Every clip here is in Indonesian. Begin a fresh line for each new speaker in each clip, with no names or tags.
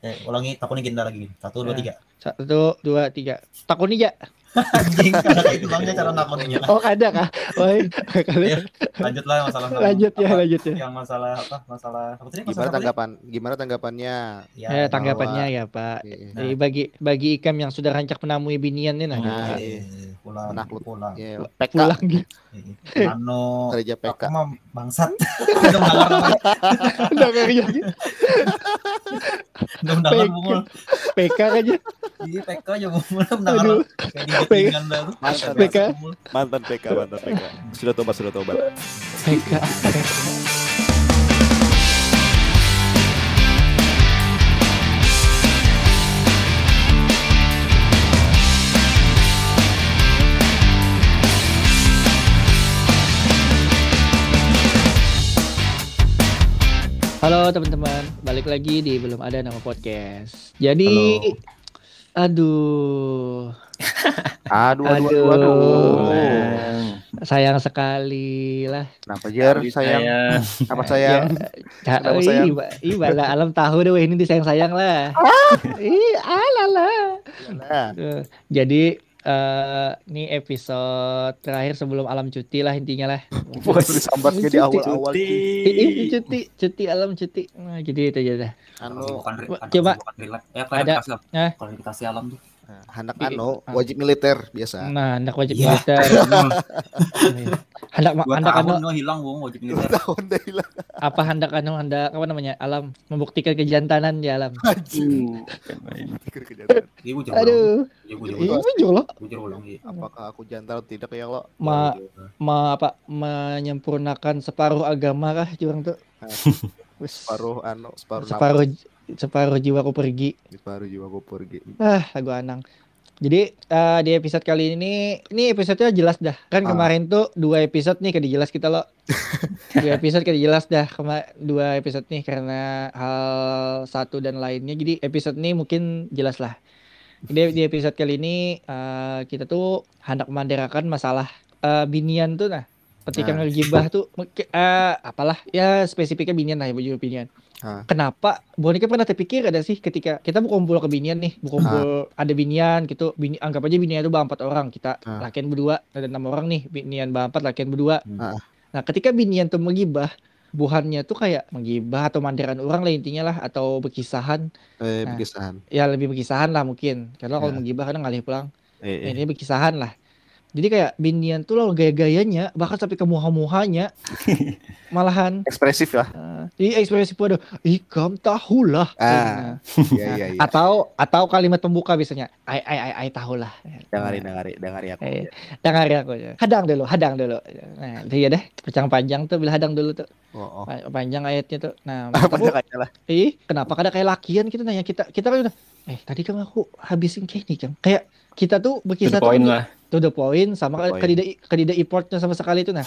ulangi takuni ginda lagi. 1 2 3.
1 2 3. Takuni ya.
Anjing, ada kayak itu bangnya cara nakoninya.
Oh, ada kah? Woi,
Ayo, lanjutlah masalah
lanjut ya.
Yang masalah apa? Masalah apa tadi?
Gimana tanggapannya?
Ya,
tanggapannya ya, Pak. Jadi bagi Ikam yang sudah rancak menamui binian nih
pulang.
Pulang gitu.
Ano
kerja PK.
Aku mah bangsat.
Udah kerja.
Undang-undangan bungul.
PK aja.
Iya, PK aja bungul undangan. Kayak dah.
PK.
Mantan PK. Sudah tobat.
PK. Halo teman-teman, balik lagi di Belum Ada Nama Podcast. Jadi, aduh. Sayang sekali lah.
Kenapa Jer? Sayang. Apa sayang?
Bala alam tahu deh ini disayang-sayang lah. Alala. Jadi ini episode terakhir sebelum alam cuti lah intinya lah.
Disambat di awal-awal
cuti alam cuti. Nah, jadi itu aja dah.
Coba ada klarifikasi alam tuh.
Anak wajib militer biasa.
Nah, anak wajib militer. Hendak
hilang wajib militer.
Hilang.
Apa hendak apa namanya? Alam membuktikan kejantanan di alam. Aduh.
Bujur ulang.
Apakah aku jantan atau tidak ya lo?
Menyempurnakan separuh agama kah curang tuh? Separuh jiwaku pergi. Lagu Anang. Jadi di episode kali ini episodenya jelas dah. Kan kemarin tuh 2 episode nih kada jelas kita lo. 2 episode kada jelas dah. 2 episode nih karena hal satu dan lainnya. Jadi episode ini mungkin jelas lah. Jadi di episode kali ini kita tuh hendak memandirakan masalah binian tuh petikan ngegibah tuh apalah ya spesifiknya binian lah ya baju binian. Kenapa Bonika pernah terpikir ada sih ketika kita mau kumpul ke binian nih, ada binian gitu, anggap aja binian itu 4 orang, kita lakian berdua, ada 6 orang nih, binian 4 lakian berdua. Nah, ketika binian tuh menggibah, buhannya tuh kayak menggibah atau mandiran orang lah intinya lah, atau berkisahan.
Berkisahan.
Ya lebih berkisahan lah mungkin, karena kalau menggibah kadang ngalih pulang. Ini berkisahan lah. Jadi kayak binian tuh loh gaya-gayanya bahkan sampai ke muha-muhanya malahan
ekspresif lah.
Iya ekspresif pada Ikam tahulah.
Iya.
Atau kalimat pembuka biasanya ai tahulah.
Dengari aku.
Dengari aku. Hadang dulu. Nah, itu ya deh. Panjang tuh bila hadang dulu tuh. Panjang ayatnya tuh. Nah,
panjang lah.
Kenapa kada kayak lakian kita nanya kita kan udah tadi kan aku habisin kayak ini kan. Kayak kita tuh berkisah to the point sama kadida importnya sama sekali itu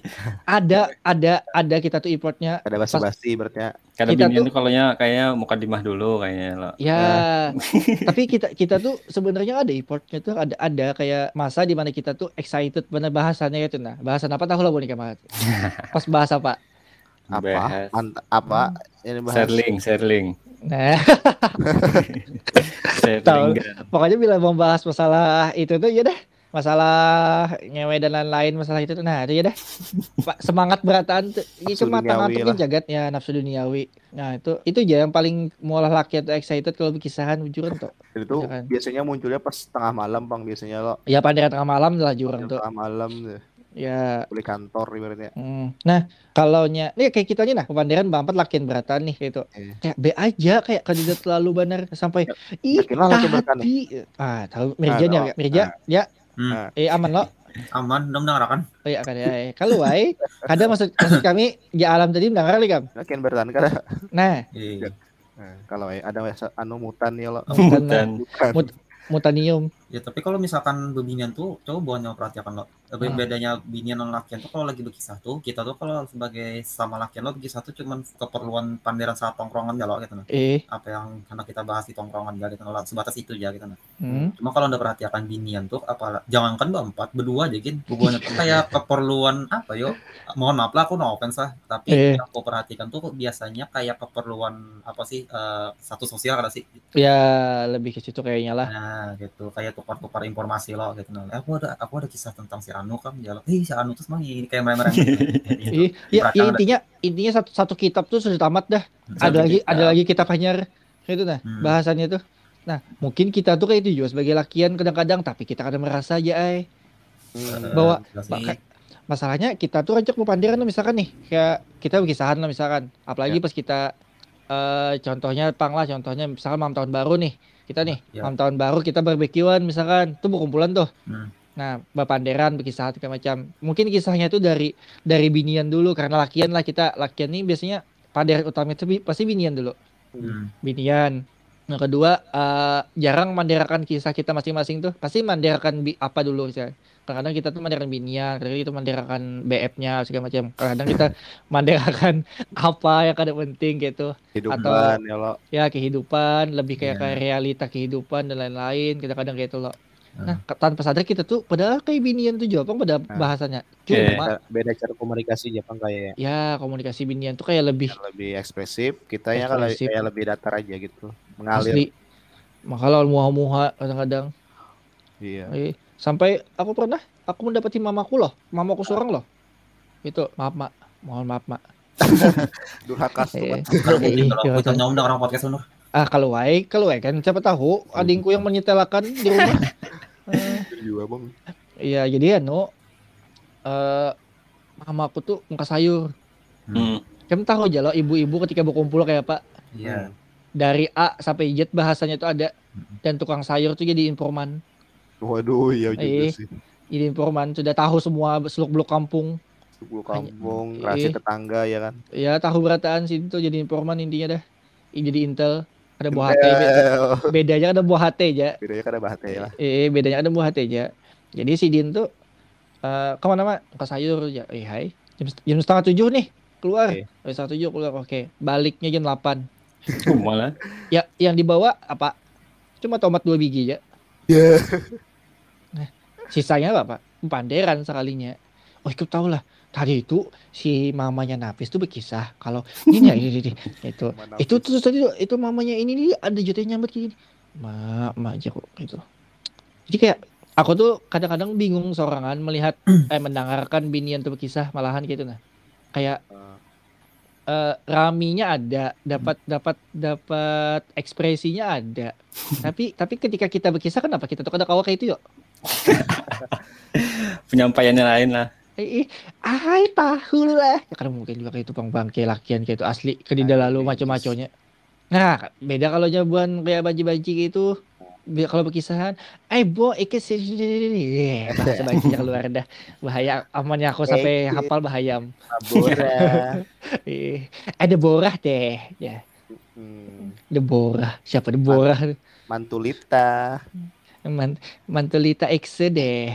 ada kita tuh importnya
ada basa-basi berarti
kada binian tuh kalaunya kayaknya mukadimah dulu kayaknya lo.
Ya. Tapi kita tuh sebenarnya ada importnya tuh ada kayak masa di mana kita tuh excited bener bahasannya itu bahasan apa tahu lah Bonika mah. Pas bahasa Pak.
Apa ini bahas
Serling.
Nah. Pokoknya bila mau bahas masalah itu tuh ya dah. Masalah ngewe dan lain-lain masalah itu tuh. Nah, itu ya dah. Pak semangat berataan tuh matang-matangin jagat ya nafsu duniawi. Nah, itu aja yang paling mualah laki atau excited kalau berkisahan juran tuh.
Itu biasanya munculnya pas tengah malam Bang biasanya lo.
Ya pandiran tengah malam lah jurang tuh.
Tengah malam tuh.
Ya
boleh kantor ibaratnya.
Nah kalau nih kayak kita nih pandiran 4 lakian beratan nih gitu. Kayak B aja kayak kandidat terlalu benar sampai hati. Tahu Mirja ya. Aman lo.
Aman dong dengarkan.
Oh iya kan ya. Kalau kada maksud kami ya alam tadi dengar kali Kam.
Lakian beratan kada.
Nah.
Kalau ada mutan ya lo.
Mutanium.
Ya tapi kalau misalkan bebinian tuh coba buatnya perhatikan lo. Bedanya binian dan lakian tuh kalau lagi berkisah tuh kita tuh kalau sebagai sama lakian lo berkisah tuh cuman keperluan panderan saat tongkrongan ya lo gitu nah. Apa yang karena kita bahas di tongkrongan ya gitu nah, sebatas itu ya gitu nah. Cuma kalau udah perhatikan binian tuh apa jangankan berempat berdua aja gitu. Hubungannya tuh kayak keperluan apa yo. Mohon maaf lah aku no offense lah, tapi yang aku perhatikan tuh biasanya kayak keperluan apa sih satu sosial ada sih.
Ya lebih ke situ kayaknya lah.
Nah gitu kayak tukar-tukar informasi lo gitu nah. Aku ada kisah tentang si Anu kan jalan. Si Anu tuh semang ini kayak merem-merem.
Iya intinya satu kitab tuh sudah tamat dah. Ada lagi kitab Hanyar itu nah bahasannya tuh. Nah mungkin kita tuh kayak itu juga sebagai lakian kadang-kadang tapi kita kadang merasa aja bahwa masalahnya kita tuh ajak pepandiran misalkan nih kayak kita berkisahan lah misalkan apalagi pas kita contohnya contohnya misalkan malam tahun baru nih kita nih malam tahun baru kita barbekyuan misalkan tuh berkumpulan tuh nah berpanderan berkisah segala macam mungkin kisahnya itu dari binian dulu karena lakian nih biasanya panderan utama itu pasti binian dulu binian. Yang kedua jarang mandirakan kisah kita masing-masing tuh pasti mandirakan apa dulu misalnya. Kadang kita tuh mandirakan binian, kadang kita mandirakan BF-nya segala macam. Kadang kita mandirakan apa yang kada penting gitu.
Kehidupan
atau
ya lo.
Ya kehidupan lebih kayak realita kehidupan dan lain-lain kadang-kadang gitu loh. Nah tanpa sadar kita tuh padahal kayak binian tuh Jepang pada bahasanya cuma
beda cara komunikasi Jepang kayak
ya komunikasi binian tuh kayak lebih
ekspresif kita ya kayak lebih datar aja gitu mengalir
asli makanya muha-muha kadang-kadang
iya
sampai aku mendapati mamaku seorang loh itu mohon maaf mak
durhaka tuh
kita nyomong orang podcast Nur
kalau wae kan siapa tahu adingku yang menyetelakan di rumah iya jadi mamaku tuh muka sayur kamu tahu aja loh ibu-ibu ketika berkumpul kayak apa dari A sampai Z bahasanya tuh ada dan tukang sayur tuh jadi informan.
Waduh ya juga sih
jadi informan sudah tahu semua seluk-beluk kampung
rahasia tetangga ya kan
ya tahu berataan sih itu jadi informan intinya dah jadi intel ada buah hati bedanya ada buah hati aja bedanya ada buah hati aja jadi si Din tuh kemana mak ke sayur ya hai jam 6:30 nih keluar jam 6:30 keluar oke baliknya jam 8
malah
ya yang dibawa apa cuma tomat 2 biji ya nah, sisanya apa panderan sekalinya ikut tahu lah tadi itu si mamanya Nafis tuh berkisah kalau ini itu terus tadi itu mamanya ini ada jutnya nyambut gini mak aja kok gitu jadi kayak aku tuh kadang-kadang bingung sorangan melihat mendengarkan binian tuh berkisah malahan gitu nah kayak raminya ada dapat ekspresinya ada tapi ketika kita berkisah kenapa kita tuh kada kawa kayak itu yuk
penyampaiannya lain lah
tahu lah ya karena mungkin juga kayak itu bangke lakian kayak itu asli kedida lalu macam-macamnya nah beda kalau jawaban kayak banji-banji gitu kalau berkisahan bahasa banjinya keluar dah bahaya amannya aku sampai hafal bahaya Deborah deh ya Deborah siapa Deborah
Mantulita
X deh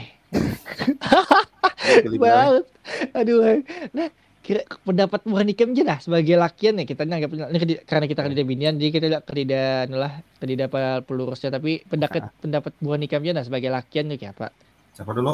banget aduh nah kira pendapat buah nikam aja lah sebagai lakian ya kita anggap karena kita kan binian jadi kita tidak pelurusnya tapi pendapat buah nikam aja lah sebagai lakian tuh kayak apa
siapa dulu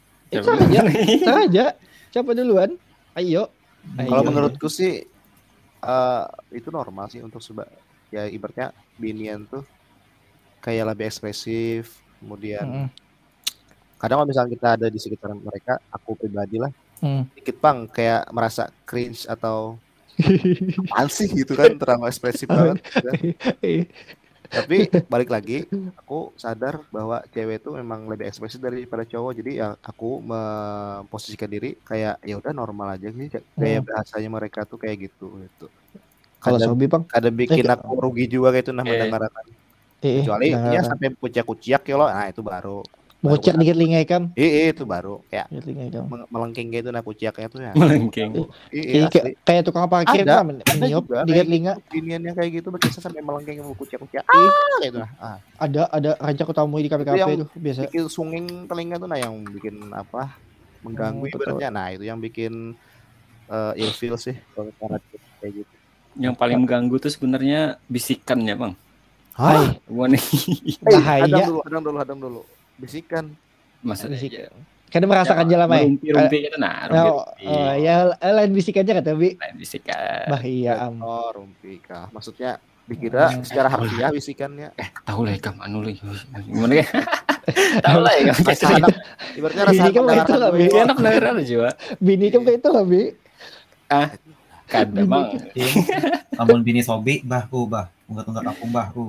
aja siapa duluan ayo
kalau menurutku sih itu normal sih untuk ya ibaratnya binian tuh kayak lebih ekspresif kemudian kadang kalau misalnya kita ada di sekitar mereka aku pribadi lah dikit bang kayak merasa cringe atau apaan sih gitu kan terlalu ekspresif banget kan? Tapi balik lagi aku sadar bahwa cewek itu memang lebih ekspresif daripada cowok jadi ya aku memposisikan diri kayak ya udah normal aja sih kayak bahasanya mereka tuh kayak gitu
kalau Sobi bang
ada bikin aku rugi juga kayak itu mendengarkan kecuali ya sampai kuciak ya lo nah itu baru
Bocor dikit lingai kam.
Itu baru kayak
Dikit lingai kam.
melengking gitu nah kuciaknya tuh ya.
Melengking.
Kayak tukang parkir
Ada,
kan
ada
meniup
juga
dikit
kayak
linga.
Binian yang kayak gitu berkisah sampai melengking sama kuciak-kuciak. Gitu nah.
Ada rancak utama di KPKP itu biasa.
Bikin sunging telinga tuh nah yang bikin apa? Mengganggu ibaratnya. Nah, itu yang bikin ilfeel sih kalau kayak gitu.
Yang paling mengganggu tuh sebenarnya bisikannya, Bang.
Hai.
Bahaya. Hadang dulu. Bisikan.
Maksudnya
bisikan. Karena merasakan jalan main.
Rumpi itu nah, rumpi.
Ya lain bisikannya kata Bi.
Lain bisikan.
Bahaya
Rumpi kah. Maksudnya dikira secara harfiah bisikannya.
Tahu lah kam anu lagi. Gimana ya? Tahu lah ya.
Ibaratnya rasa
enak beneran aja.
Bini kan kayak itu lah Bi.
Kan Bang.
Amun bini sobi unggah-unggah apung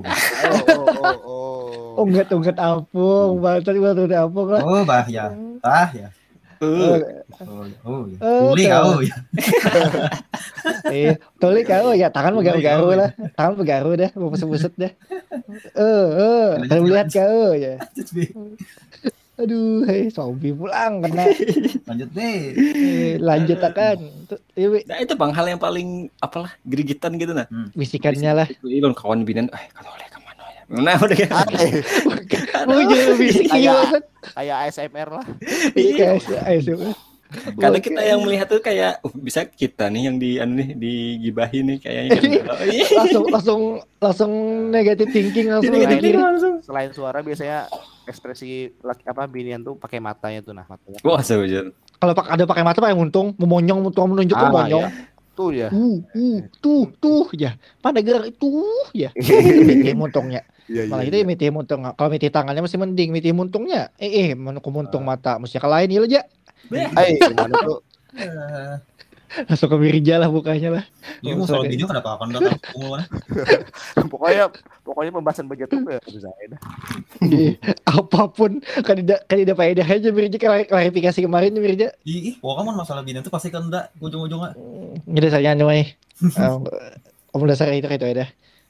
Unggah-unggah apung, tadi unggah apung lah.
Ya. Ya. Tuli kau ya.
Tuli kau ya, tangan megaru lah. Tangan megaru dah, mau buset dah. Kalau melihat kau ya. Aduh, zombie pulang kena.
Lanjut deh.
Lanjut akan.
Nah, itu Bang hal yang paling apalah gerigitan gitu nah.
Bisikannya lah.
Itu kawan binan, kalau oleh kemana ya. Nah, udah
bisik
kayak ASMR lah.
Iya, ASMR.
Karena kita yang melihat tuh kayak bisa kita nih yang digibahin nih kayaknya
langsung negatif thinking langsung.
Selain suara biasanya ekspresi binian tuh pakai matanya tuh matanya.
Wah, sewajar.
Kalau ada pakai mata pakai muntung, memonyong menunjuk tuh monyong.
Iya. Tuh ya.
Tuh ya. Pada gerak itu ya. Miti muntungnya. Malah itu miti muntung. Kalau miti tangannya masih mending, miti muntungnya. Menukung muntung mata, mesti kalahin ieu aja.
Gimana tuh?
Langsung ke Mirja lah bukanya lah.
Ini mau soal video kenapa akan datang mana?
Pokoknya pembahasan budget tuh bisa dah.
Apapun kan tidak faedah aja Mirja klarifikasi kemarin Mirja.
Pokoknya masalah bina tuh pasti kan enggak ujung-ujungnya.
Ini saya nyamai. Om dasar itu ada.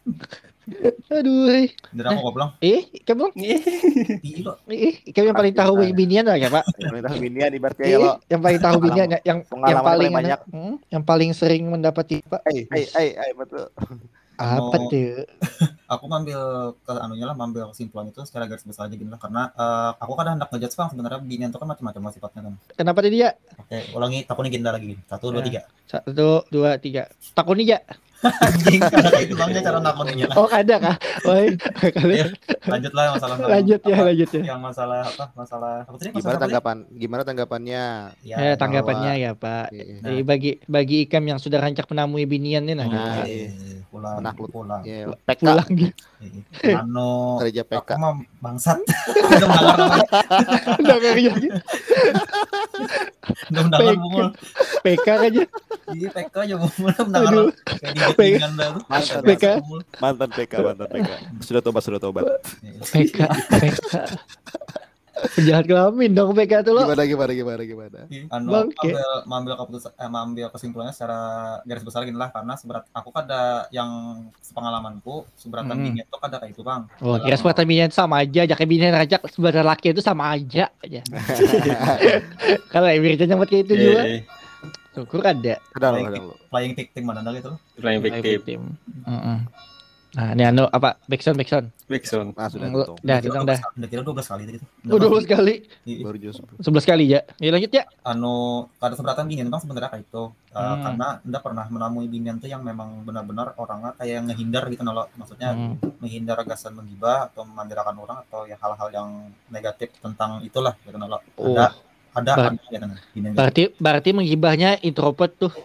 Aduh.
Dari aku bilang.
Kamu? Kamu yang paling tahu binian lah ya Pak.
Yang paling tahu binian ibaratnya ya lo.
Yang paling tahu binian yang paling
banyak.
Yang paling sering mendapati Pak.
Betul.
Apa tuh?
Aku ngambil kesimpulan itu secara garis besar aja gini lah karena aku kan hendak ngejudge Bang sebenarnya binian itu kan macam-macam sifatnya kan.
Kenapa tadi ya?
Oke, ulangi takuni gini lagi. 1 2 3.
1 2 3. Takuni ya.
Anjing karena kayak itu Bangnya cara nakoninya.
Oh, ada kah? Woi, kalian.
Lanjutlah masalah.
Lanjut ya.
Yang masalah apa tadi?
Gimana tanggapannya?
Ya, tanggapannya ya, Pak. Jadi bagi Ikam yang sudah rancak menamui binian nih
pulang.
PK.
Kerja
PK.
Aku mah bangsat.
Udah kerja.
Udah bungul.
PK aja.
Iya, PK aja bungul.
PK.
Mantan PK. Sudah tobat.
PK. Penjahat kelamin dong PK tuh lo.
Gimana?
Mengambil kesimpulannya secara garis besar gini lah karena aku ada yang sepengalamanku seberatan binian itu ada kayak itu Bang.
Oh, kira seberatan binian sama aja, jaket binian rajak seberatan laki itu sama aja. Kalau Emirja nyampe kayak itu juga. Syukur ada.
Flying victim mana gitu loh.
Flying victim.
Nah, ini backsound.
Sudah tutup.
Dah.
Udah kira 12 kali tadi tuh.
12 kali.
Baru 11
kali ya. Ya lanjut ya.
Kada seberatan binian Bang sebenarnya kayak itu. Karena Anda pernah menemui binian tuh yang memang benar-benar orangnya kayak ngehindar gitu loh. Maksudnya menghindar gasan menggibah atau memandirakan orang atau ya hal-hal yang negatif tentang itulah gitu loh. Ada
berarti menggibahnya introvert tuh.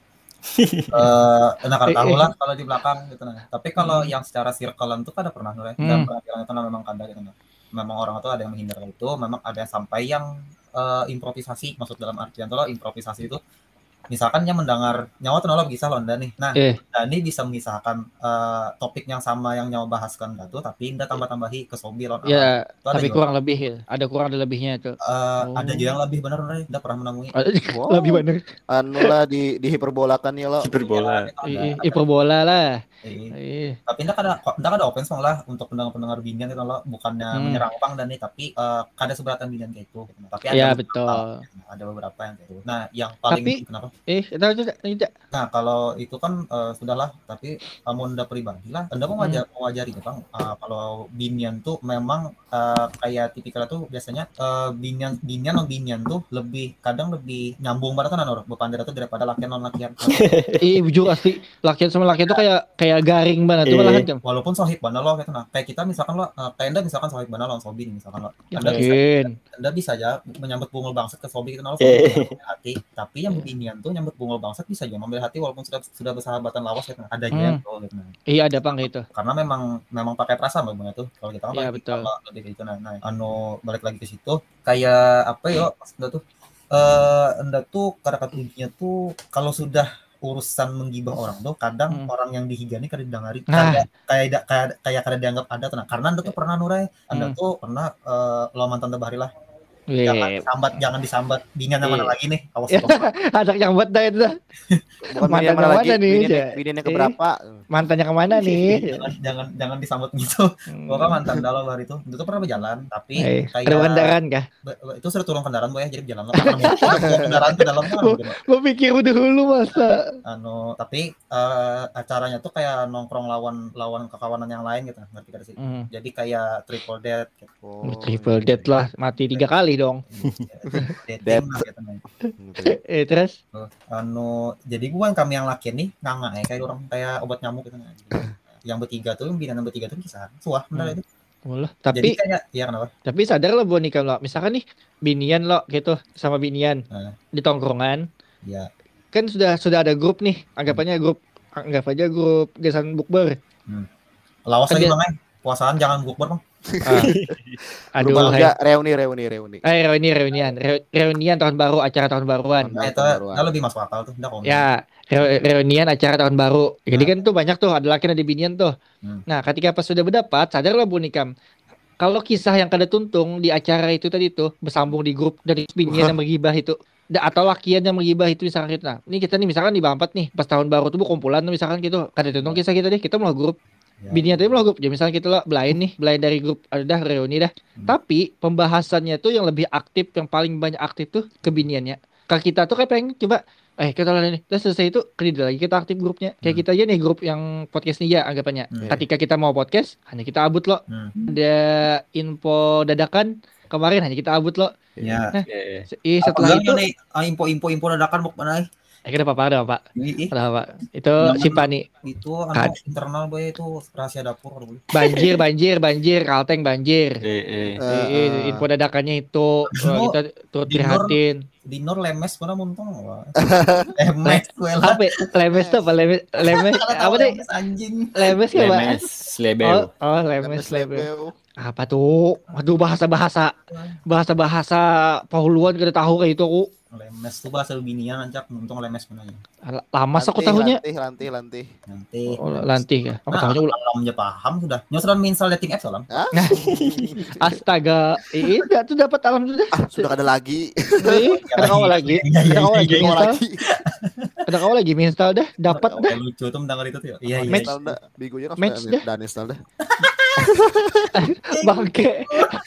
Kan tahu lah kalau di belakang gitu nah. Tapi kalau yang secara circle-an tuh kada pernah nulis dan pernah itu memang kada gitu nah. Memang orang itu ada yang menghindar itu, memang ada yang sampai yang improvisasi, maksud dalam artian tuh improvisasi itu misalkan dia mendengar nyawa tuh nolok kisah Londa nih. Nah, Dani bisa mengisahkan topik yang sama yang nyawa bahaskan tuh, tapi nggak tambah-tambahi ke Sobi Lon.
Ya, tapi kurang lebih ya. Ada kurang ada lebihnya itu.
Ada juga yang lebih benar Ray, udah pernah menemui.
Lebih benar.
Anu lah di hiperbolakan ya lo.
Hiperbola lah.
Tapi enggak ada offense malah untuk pendengar-pendengar binian itu lo bukannya menyerang Bang Dani, tapi ada seberatan binian kayak itu. Tapi ada
betul.
Ada beberapa yang kayak itu. Nah, yang paling kenapa?
Tidak.
Nah, kalau itu kan sudahlah, tapi Monda pribadi lah. Anda mau mengajari Bang, kalau binian tuh memang kayak tipikal tuh biasanya binian tuh kadang lebih nyambung banget kan orang berpandera tuh daripada lakian non lakian.
Jujur asli lakian sama lakian tuh kayak garing banget tuh malahan kan.
Walaupun sohib banget lo gitu. Nah, kayak kita misalkan lo kayak Anda misalkan sohib banget lo Sobi nih misalkan lo. Anda bisa aja menyambut bungul bangsat ke Sobi gitu lo hati. Tapi yang binian tuh nyambut bungul bangsat bisa aja mengambil hati walaupun sudah bersahabatan lawas gitu. Ada aja gitu.
Iya ada Bang itu.
Karena memang pakai perasaan Bang itu. Kalau kita kan
betul.
Lebih gitu. Nah, balik lagi ke situ kayak apa ya Anda tuh Anda tuh kata-katanya tuh kalau sudah urusan menggibah orang tuh kadang orang yang dihigani kada didengari kayak kada dianggap ada tuh. Nah, karena Anda tuh pernah Nurai, Anda tuh pernah lo mantan tebahari lah. Jangan disambat binian mana lagi nih, awas
ada yang buat dah itu.
Mantannya mana lagi nih? Biniannya keberapa?
Mantannya kemana nih?
Jangan disambut gitu. Pokoknya mantan dalam hari itu pernah berjalan, tapi
kayak kendaraan kah?
Itu sudah turun kendaraan ya, jadi berjalan kendaraan ke dalam kan.
Gue pikir udah dulu masa.
Tapi acaranya tuh kayak nongkrong lawan kekawanan yang lain gitu, ngerti gak sih? Jadi kayak triple date gitu.
Triple date lah, mati 3 kali dong.
Dating gitu.
Terus
jadi bukan kami yang laki nih nganga kayak orang kayak obat nyamuk gitu. Yang bertiga tuh kisah suah benar itu.
Tapi
kayak ya kenapa?
Tapi sadar lo buat nikah lo. Misalkan nih binian lo gitu sama binian di tongkrongan.
Iya.
Kan sudah ada grup nih, anggap aja grup gesan bukber.
Lawas lagi Bang, puasaan jangan bukber Bang.
Aduh, reunian tahun baru, acara tahun baruan.
Itu lebih masuk akal tuh.
Ya, reunian acara tahun baru. Jadi kan tuh banyak tuh, ada laki ada binian tuh. Nah, ketika pas sudah berdapat, sadarlah Bu Nikam. Kalau kisah yang kada tuntung di acara itu tadi tuh bersambung di grup dari binian yang menggibah itu atau lakian yang menggibah itu misalkan kita. Nah, ini kita nih misalkan di Bampat nih, pas tahun baru tuh kumpulan misalkan gitu. Kada tuntung kisah kita deh, kita mau grup. Binian tadi mau grup, ya misalnya kita lah blind dari grup ada reuni dah. Tapi pembahasannya tuh yang lebih aktif, yang paling banyak aktif tuh ke biniannya. Kalau kita tuh kayak pengen coba, kita lah nih, udah selesai itu kerja lagi kita aktif grupnya. Kayak kita aja nih grup yang podcast nih ya anggapannya. Ketika kita mau podcast, hanya kita abut loh. Ada info dadakan kemarin hanya kita abut loh.
Nah,
setelah itu
nih info dadakan mana?
Ada apa? Itu simpan nih.
Itu internal boy itu rahasia dapur.
Banjir, kalteng banjir. Info dadakannya itu kita turut prihatin.
Di Nur lemes mana muntong.
Lemes tuh apa? Lemes apa deh?
Anjing.
Lemes ya, Pak?
Lemes lebeu.
Oh, lemes lebeu. Apa tuh? Aduh, bahasa Pauluan kada tahu kayak itu aku.
Lemes tuh bahasa binian ancak untung lemes mana ya.
Lama aku tahunya.
Lantih.
Oh, lantih ya. Aku tahunya
ulamnya paham sudah. Nyosran install dating apps alam.
Astaga, itu dapat alam sudah.
Sudah ada lagi.
Ada kau lagi. Ada kau lagi install dah, dapat dah.
Lucu tuh mendengar itu tuh. Iya.
Begonya dan install dah.
Bangke.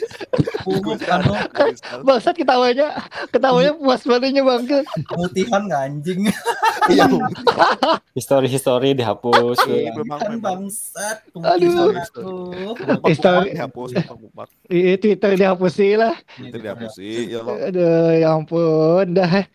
Bangsat ketawanya puas bangetnya bangke.
Pemutihan nggak anjing.
Iya.
History dihapus.
Memang bangsat.
Aduh. History
dihapus.
Twitter dihapus sih lah. Aduh, ya ampun dah.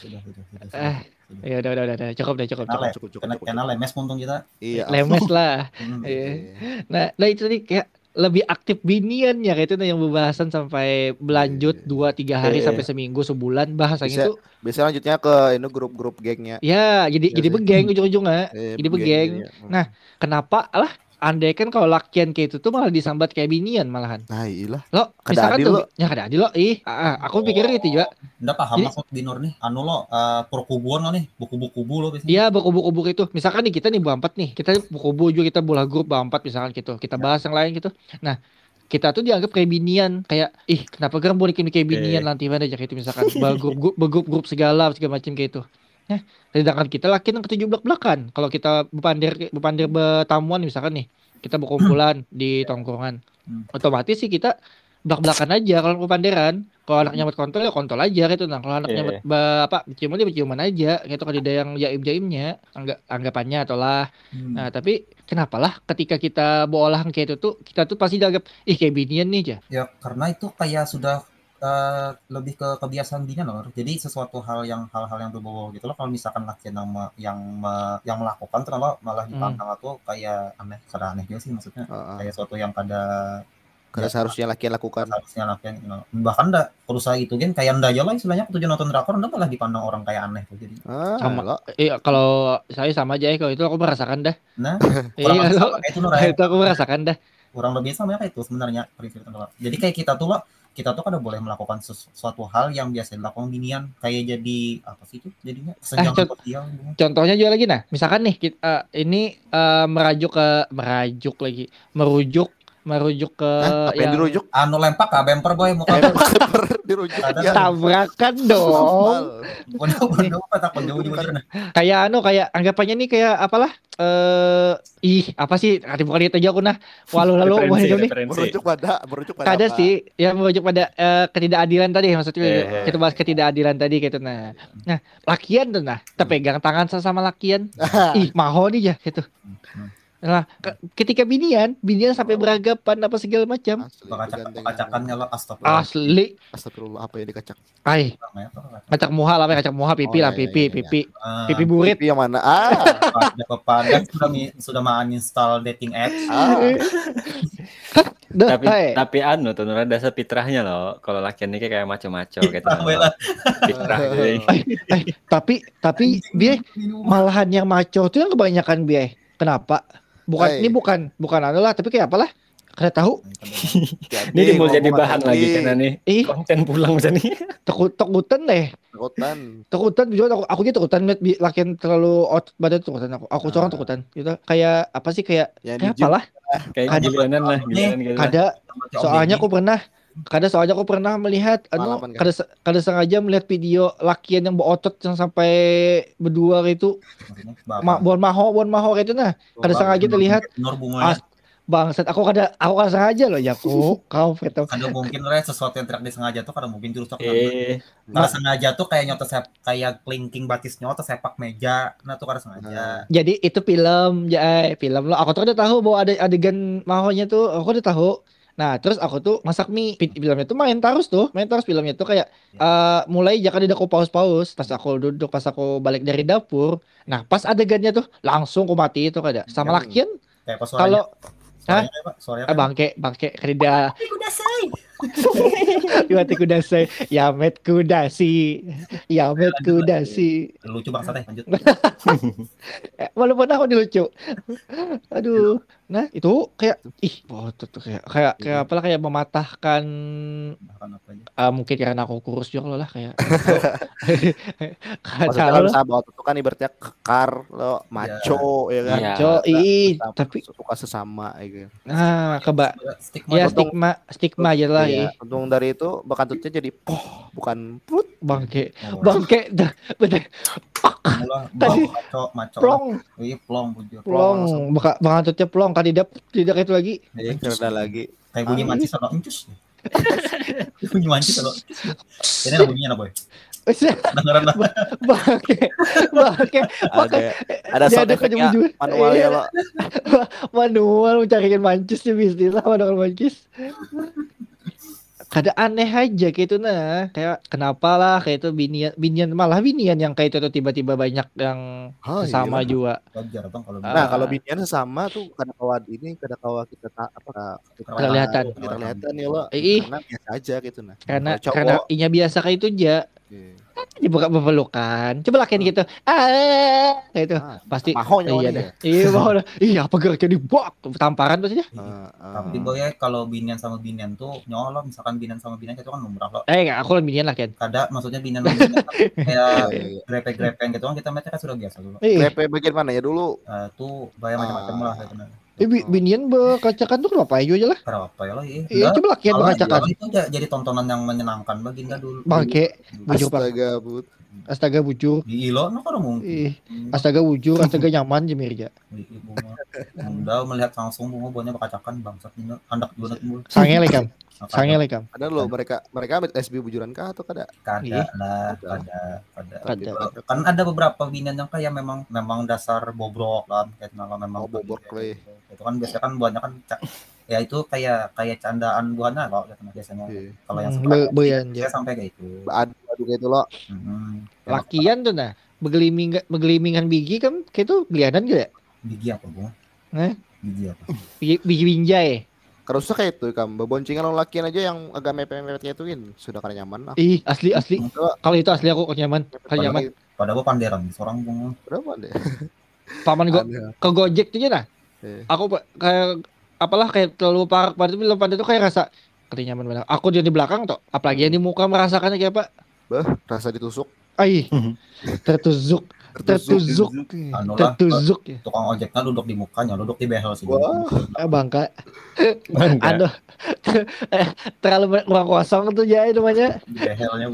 Ya udah cukup.
Karena lemes untung kita.
Iya.
Lemes lah. Nah itu nih kayak lebih aktif biniannya kayak itu yang pembahasan sampai berlanjut 2-3 hari sampai seminggu sebulan bahasanya itu.
Biasanya lanjutnya ke ini grup-grup gengnya.
Ya, jadi begeng ujung-ujungnya. Jadi begeng. Nah, kenapa lah andai kan kalau lakian kayak itu tuh malah disambat kayak binian malahan.
Nah iyalah.
Lo misalkan tuh kada adil lo. Aku pikir itu juga.
Nggak paham maksud Binur nih. Anu lo perkubuan lo nih, buku-buku lo biasanya.
Iya, buku-buku itu. Misalkan nih kita nih berempat nih. Kita buku juga kita bola grup berempat misalkan gitu. Kita bahas yang lain gitu. Nah, kita tuh dianggap kayak binian, kayak kenapa kan mau bikin kayak binian nanti mana aja gitu misalkan bergrup segala macam kayak itu. Sedangkan kita laki yang ketujuh belak-belakan. Kalau kita bepandir bertamuan misalkan nih, kita berkumpulan di tongkrongan. Otomatis sih kita belak-belakan aja kalau bepandiran. Kalau anaknya buat kontol ya kontol aja gitu. Nah, kalau anaknya ciuman aja gitu kalau ada yang jaim-jaimnya anggapannya atau lah. Nah, tapi kenapa lah ketika kita berolah kayak itu tuh kita tuh pasti dianggap kayak binian nih aja.
Ya karena itu kayak sudah lebih ke kebiasaan binian loh. Jadi sesuatu hal yang berbau gitu loh. Kalau misalkan laki yang melakukan terus malah dipandang tuh kayak aneh juga sih maksudnya. Kayak sesuatu yang
karena seharusnya laki lakukan.
Bahkan enggak berusaha itu kan kayak ndak aja lah istilahnya tujuan nonton drakor ndak malah dipandang orang kayak aneh tuh jadi.
Kalau saya sama aja kalau itu aku merasakan dah.
Nah,
itu aku merasakan dah.
Kurang lebih sama kayak itu sebenarnya prinsip itu. Jadi kayak kita tuh kan udah boleh melakukan sesuatu hal yang biasa dilakukan binian kayak jadi apa sih itu jadinya kesenjangan sosial.
Contohnya juga lagi merujuk ke
apa yang dirujuk?
Anu lempak bemper boy mau
dirujuk.
Tabrakan dong. Kayak anggapannya nih kayak apalah apa sih bukan itu aja aku lalu
merujuk pada
ada sih ya merujuk pada ketidakadilan tadi maksudnya kita bahas ketidakadilan tadi gitu nah lakian tuh terpegang tangan sama lakian maho nih ya gitu. Nah, ketika binian sampai beragapan apa segala macam.
Kacakannya lo
astagfirullah apa yang dikacak?
Kacak muha pipi pipi burit.
Pipi yang mana?
Sudah menginstall dating apps.
Tapi tuh dasar fitrahnya loh. Kalau lakian ini kayak maco-maco gitu. Fitrah.
Tapi biar malahan yang maco itu yang kebanyakan biar. Kenapa? Ini bukan lah tapi kayak apalah kada tahu.
Ini mau jadi bahan lagi karena nih konten pulang misalnya nih.
Takutan juga aku gitu takutan lihat lakian terlalu out badan takutan aku seorang takutan gitu kayak apa sih kayak apalah
kayak giliran lah
kada soalnya aku pernah melihat kada sengaja melihat video lakian yang berotot yang sampai berdua itu bon maho gitu kada sengaja terlihat bangsat aku kada sengaja loh ya kau gitu
kada mungkin sesuatu yang tidak disengaja tuh kada mungkin dirusak kada sengaja tuh kayak nyotos kayak kelingking batis nyotos sepak meja tuh kada sengaja
jadi itu film lo aku tuh udah tahu bahwa ada adegan mahonya tuh aku udah tahu. Nah, terus aku tuh masak mie. Filmnya tuh main terus filmnya tuh kayak mulai jangan aku paus-paus. Pas aku balik dari dapur. Nah, pas adegannya tuh langsung aku mati itu kada. Sama lakian. Kalau bangke kerida. Iwati kudasai. Yamet kudasi.
Lucu bangsa teh lanjut.
Walaupun aku dilucu. Aduh. Nah, itu kayak tuh kayak apalah kayak mematahkan mungkin karena aku kurus juga lah kayak.
Maksudnya bisa bawa itu kan ibaratnya kekar lo maco ya kan.
Maco tapi
suka sesama gitu.
Nah, stigma aja lah.
Untung dari itu bakatutnya jadi bukan put
bangke bener.
Maco. Plong bujur.
Bakatutnya plong tidak itu lagi.
Kerda lagi.
Kayak bunyi mancis atau encus. Bunyi mancis atau. Ini lah bunyinya boy.
Bangke.
Ada sound efeknya manual ya lo.
Manual mencarikan mancis ya bisnis lah manual mancis. Kada aneh aja kayak itu kayak kenapa lah kayak itu binian yang kayak itu tuh tiba-tiba banyak yang sama juga.
Kalau binian sesama tuh kada kawa kita
kelihatan
ya lo karena biasa aja gitu
karena inya biasa kayak itu aja. Dibuka pelukan. Coba lakian gitu. Itu pasti. Iya dah. Iya mau. Iya apa geraknya dibok tamparan pastinya.
Tapi boy kalau binian sama binian tuh nyolong misalkan binian sama binian itu kan lumrah loh.
Enggak, aku binian lah kan.
Kada maksudnya binian sama binian kayak grepe-grepe gitu kan kita macam kan sudah biasa dulu.
Grepe bagian mana ya dulu?
Tuh bayar macam-macam lah gitu.
Binian berkacakan tuh kenapa aja lah?
Kenapa ya lah
iya coba lakian berkacakan.
Itu jadi tontonan yang menyenangkan baginda dulu.
Bangke, bujur
Astaga
bujur.
Di ilo no kada mungkin.
Astaga bujur, astaga nyaman je Mirja.
Udah melihat langsung bunga banyak berkacakan bangsat ini anak dua timbul.
Sange lekam.
Ada loh mereka SB bujuran kah atau kada?
Kada. Kan ada beberapa binian yang kayak memang dasar bobrok kan kayak memang
bobrok lah.
Itu kan biasanya kan buahnya kan ya itu kayak candaan buahnya loh biasanya. Kalau yang
seperti
sampai kayak itu.
Adu kayak itu loh.
Lakian tuh nah, begelimingan biji kan kayak itu gelianan gitu ya?
Biji apa bunga? Biji apa?
Biji binjai.
Kerusnya kayak itu kan, beboncengan orang lakian aja yang agak mepet-mepet kayak ituin sudah kada nyaman lah.
Asli. Kalau itu asli aku nyaman.
Padahal panderan seorang bunga.
Berapa deh?
Paman ke Gojek tuh nah. Aku kayak apalah kayak terlalu parah pada itu pandai itu kayak rasa kada nyaman benar. Aku di belakang tuh, apalagi yang di muka merasakannya kayak apa?
Rasa ditusuk.
Tertusuk.
Tukang ojeknya duduk di mukanya, duduk di behel sih.
Bangka. Aduh. Terlalu ruang kosong tuh ya namanya.
Di behelnya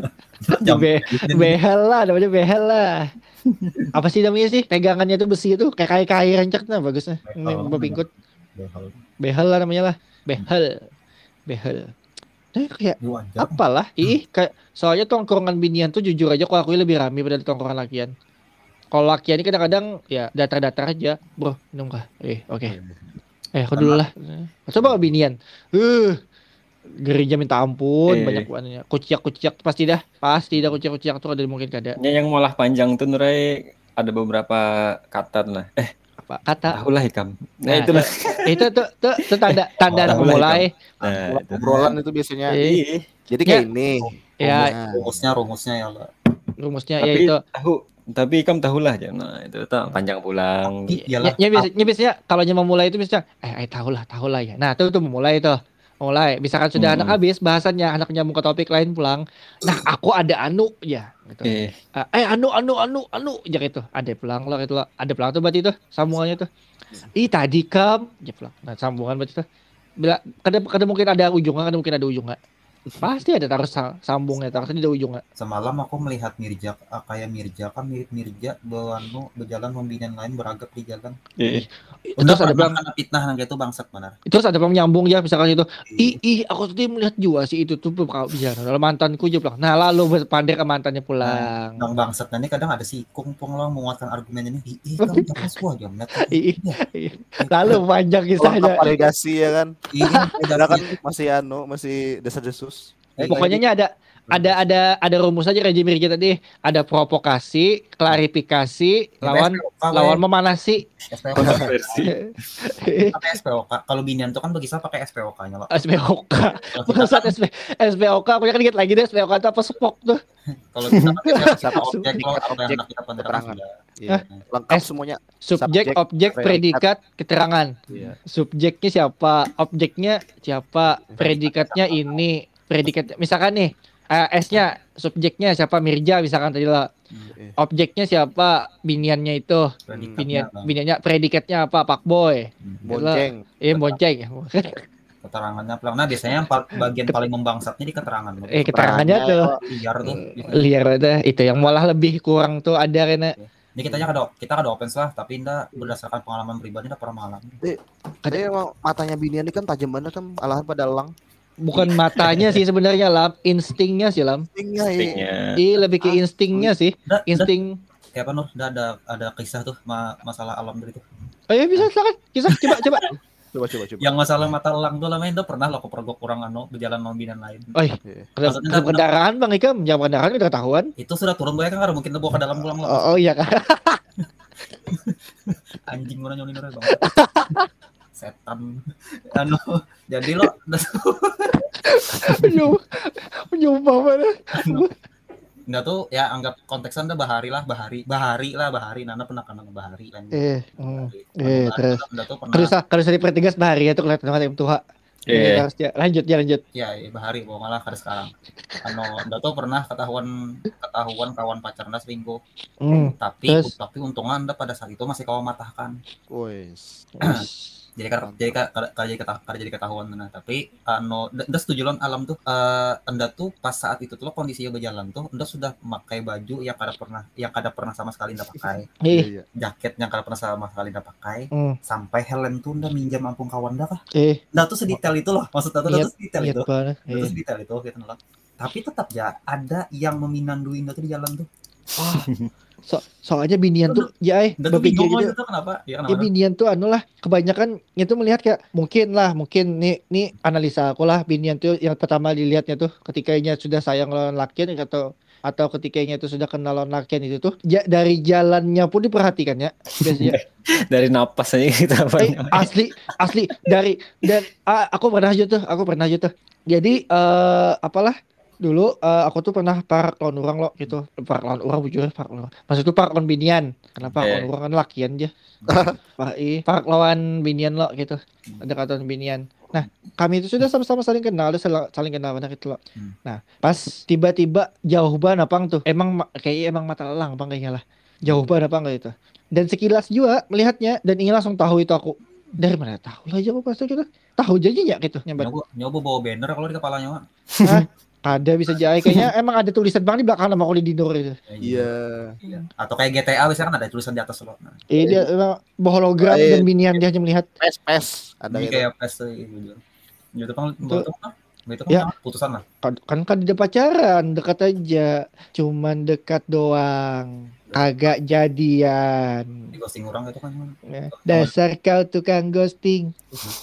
behel lah namanya behel lah. Apa sih namanya sih? Pegangannya tuh besi itu kayak kain rancaknya bagusnya. Ini berpingkut. Behel lah namanya lah. Behel. Kayak apalah kayak soalnya tongkrongan binian tuh jujur aja kalau aku lebih rame pada tongkrongan lakian. Kalau lakian ini kadang-kadang ya datar-datar aja, bro. Minum kah? Oke. Aku dulu lah. Coba binian. Gerinya minta ampun banyak buahnya. Kuciak pasti dah kuciak tuh ada mungkin kada.
Yang malah panjang tuh Nurai ada beberapa kata lah.
Apa kata?
Tahulah hikam. Nah itulah.
Itu tanda mulai.
Obrolan itu biasanya. Jadi kayak ini.
Ya.
Rumusnya ya lah.
Rumusnya ya itu.
Tapi kamu tahulah aja. Nah itu panjang pulang.
Biasanya kalau mau mulai itu biasanya tahulah ya. Nah itu memulai itu. Misalkan sudah anak habis bahasannya, anak nyambung ke topik lain pulang. Nah aku ada anu ya. Gitu. Anu ya gitu. Ada pulang loh itu. Ada pulang tuh berarti itu sambungannya tuh. Tadi kam ya pulang. Nah sambungan berarti itu. Bila kada mungkin ada ujungnya. Pasti ada terus sambungnya, terus di ujungnya.
Semalam aku melihat Mirja kan mirip Mirja berjalan membinian lain beragap di jalan.
Terus ada bilang
fitnah nang itu bangsat benar.
Terus ada bilang nyambung ya misalkan itu. Aku tadi melihat juga sih itu tuh bicara. Lalu mantanku juga bilang. Nah lalu berpandai ke mantannya pulang.
Nang bangsat ini kadang ada si kungpung lah menguatkan argumen ini. Kamu terus aja melihat.
Lalu panjang kisahnya.
Aplikasi ya kan. Masih desas-desus.
Pokoknya ada rumus aja kayak Mirja tadi. Ada provokasi, klarifikasi, lawan memanasi.
SPOK. Kalau binian tuh kan bagi saya pakai SPOK-nya loh.
SPOK. Maksud SPOK. Aku yang dikit lagi deh SPOK itu apa spok tuh.
Kalau kita pakai kita penerangan.
Lengkap semuanya.
Subjek, objek, predikat, keterangan. Subjeknya siapa? Objeknya siapa? Predikatnya ini. Predikatnya misalkan nih S-nya subjeknya siapa Mirja misalkan tadi lah. Objeknya siapa biniannya itu. Biniannya predikatnya apa Pak Boy.
Bonceng.
Bonceng.
Keterangannya pelang. Nah biasanya yang bagian paling membangsatnya di keterangan.
Keterangannya tuh. Liar tuh. Itu yang malah lebih kurang tuh ada karena.
Ini kita kada offense lah, tapi ndak berdasarkan pengalaman pribadi ndak pernah mengalami.
Kadang emang matanya binian ini kan tajam banget kan alahan pada elang.
Bukan matanya sih sebenarnya Lam, instingnya sih Lam.
Instingnya.
Lebih ke instingnya sih. Insting.
Kayak apa Nur? Ada kisah tuh masalah alam dari itu.
Bisa silakan. Kisah coba.
Coba.
Yang masalah mata elang tuh lamanya pernah lo kepergok kurang berjalan nombinan lain.
Kendaraan Bang Ikam, jam kendaraan udah ketahuan.
Itu sudah turun banyak kan mungkin bawa ke dalam pulang lo.
Oh iya kan.
Anjing mana nyolin orang Bang. Setan jadi lo
menyumpah mana
Nggak tuh ya anggap konteksnya udah bahari Nana pernah kenal bahari kan.
Terus kalau saya dipertegas bahari itu kelihatan banget yang tua. Terus ya lanjut.
Ya bahari bawa malah ke sekarang. Nggak tuh pernah ketahuan kawan pacarnya selingkuh. Tapi untungnya Anda pada saat itu masih kawan matahkan. jadi ketahuan. Nah tapi Anda setuju lon alam tuh Anda tuh pas saat itu tuh kondisinya berjalan tuh Anda sudah memakai baju yang kada pernah sama sekali Anda pakai, jaket yang kada pernah sama sekali Anda pakai, sampai helm tuh Anda minjam ampun kawan Anda kah? Anda tuh sedetail itu loh, maksudnya tuh sedetail itu, sedetail itu gitu loh. Tapi tetap ya ada yang meminandui Anda tuh di jalan tuh.
Soalnya binian tuh berpikir gitu.
Kenapa?
Ya binian tuh lah kebanyakan itu melihat kayak mungkin nih analisa aku lah, binian tuh yang pertama dilihatnya tuh ketikanya sudah sayang lawan lakian atau ketikanya itu sudah kenal lawan lakian itu tuh dari jalannya pun diperhatikan ya biasanya.
Dari napas aja kita
asli dan aku pernah aja tuh. Jadi dulu aku tuh pernah park lawan orang lo gitu. Park lawan orang bujur park lawan. Maksud tuh park lawan binian. Kenapa lawan orang kan lakian aja. Park lawan binian lo gitu. Ada kata binian. Nah, kami itu sudah sama-sama saling kenal benar gitu loh. Nah, pas tiba-tiba jauh banget apang tuh. Emang mata elang bang kayaknya lah. Jauh banget apang gitu. Dan sekilas juga melihatnya dan ingin langsung tahu itu aku. Dari mana tahu lah aja aku pasti gitu. Tahu aja gitu nyambat.
Nyoba bawa banner kalau di kepalanya mah.
Ada bisa jadi kayaknya emang ada tulisan bang di belakang nama aku di Dinor itu.
Iya.
Atau kayak GTA biasanya kan ada tulisan di atas lo.
Dia hologram dan minian dia hanya melihat.
PES ada
gitu. Kayak PES itu. Itu kan putusan lah.
Kan udah pacaran, dekat aja. Cuman dekat doang. Kagak jadian.
Di ghosting orang itu kan.
Dasar kau tukang ghosting.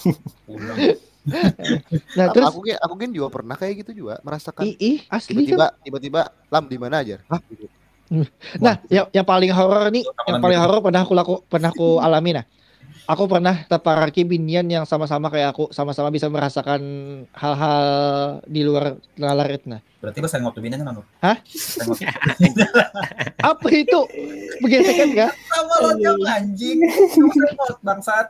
Nah, terus aku kan juga pernah kayak gitu juga merasakan.
Asli
tiba-tiba Lam di mana aja?
Gitu. Nah, yang paling horor nih, pernah aku alami. Nah, aku pernah terparaki binian yang sama-sama kayak aku, sama-sama bisa merasakan hal-hal di luar nalar itu. Nah,
berarti bahasa ngopi binian kan?
Hah? Apa itu? Begesekan kah?
Sama lo anjing. Bangsat.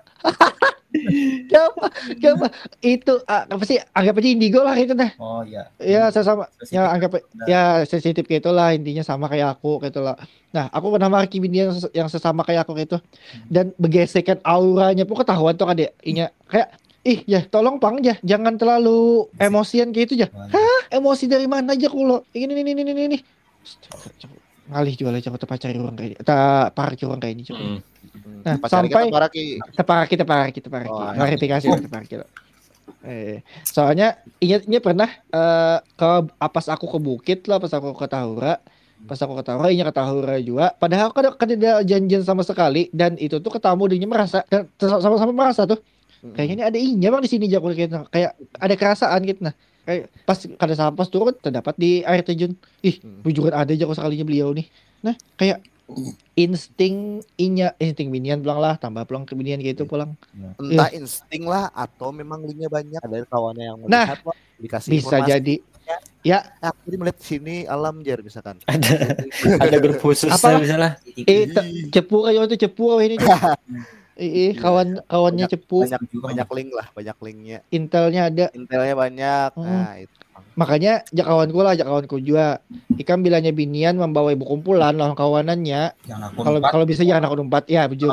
Coba itu apa sih, anggap aja indigo lah itu nah.
Oh iya.
Ya sama ya anggap ya sensitif gitu lah, intinya sama kayak aku gitu lah. Nah, aku pernah maki binian yang sesama kayak aku gitu. Dan bergesekan auranya pun ketahuan tuh kan dia. Kayak ya tolong pang ya, jangan terlalu emosian kayak itu ya. Hah? Emosi dari mana aja kulo? Ini. Ngalih jual aja ke pacar orang kayak tak parkir orang kayak ini coba. Nah, sampai teparaki. Klarifikasi teparaki. Soalnya ingatnya pernah pas aku ke bukit lah, pas aku ke Tahura, ke Tahura juga. Padahal kan ada janjian sama sekali dan itu tuh ketemu dia merasa dan sama-sama merasa tuh. Kayaknya ini ada inya bang di sini Jakul gitu. Kayak ada kerasaan gitu nah. Kayak pas kada sampas turun terdapat di air terjun. Bujukan ada aja kok sekalinya beliau nih. Nah, kayak insting binian pulang lah, tambah pulang ke binian gitu pulang.
Entah insting lah atau memang linknya banyak ada kawannya yang melihat dikasih
bisa informasi. Jadi ya
aku melihat sini alam jar misalkan.
Ada grup khusus misalnya.
Cepu kayak itu ini. Kawannya cepu.
Banyak link lah, banyak linknya.
Intelnya
banyak. Nah, itu.
Makanya kawanku juga. Ikam bilangnya binian membawa ibu kumpulan lawan kawanannya. Kalau bisa jangan aku numpat. Ya, bujur.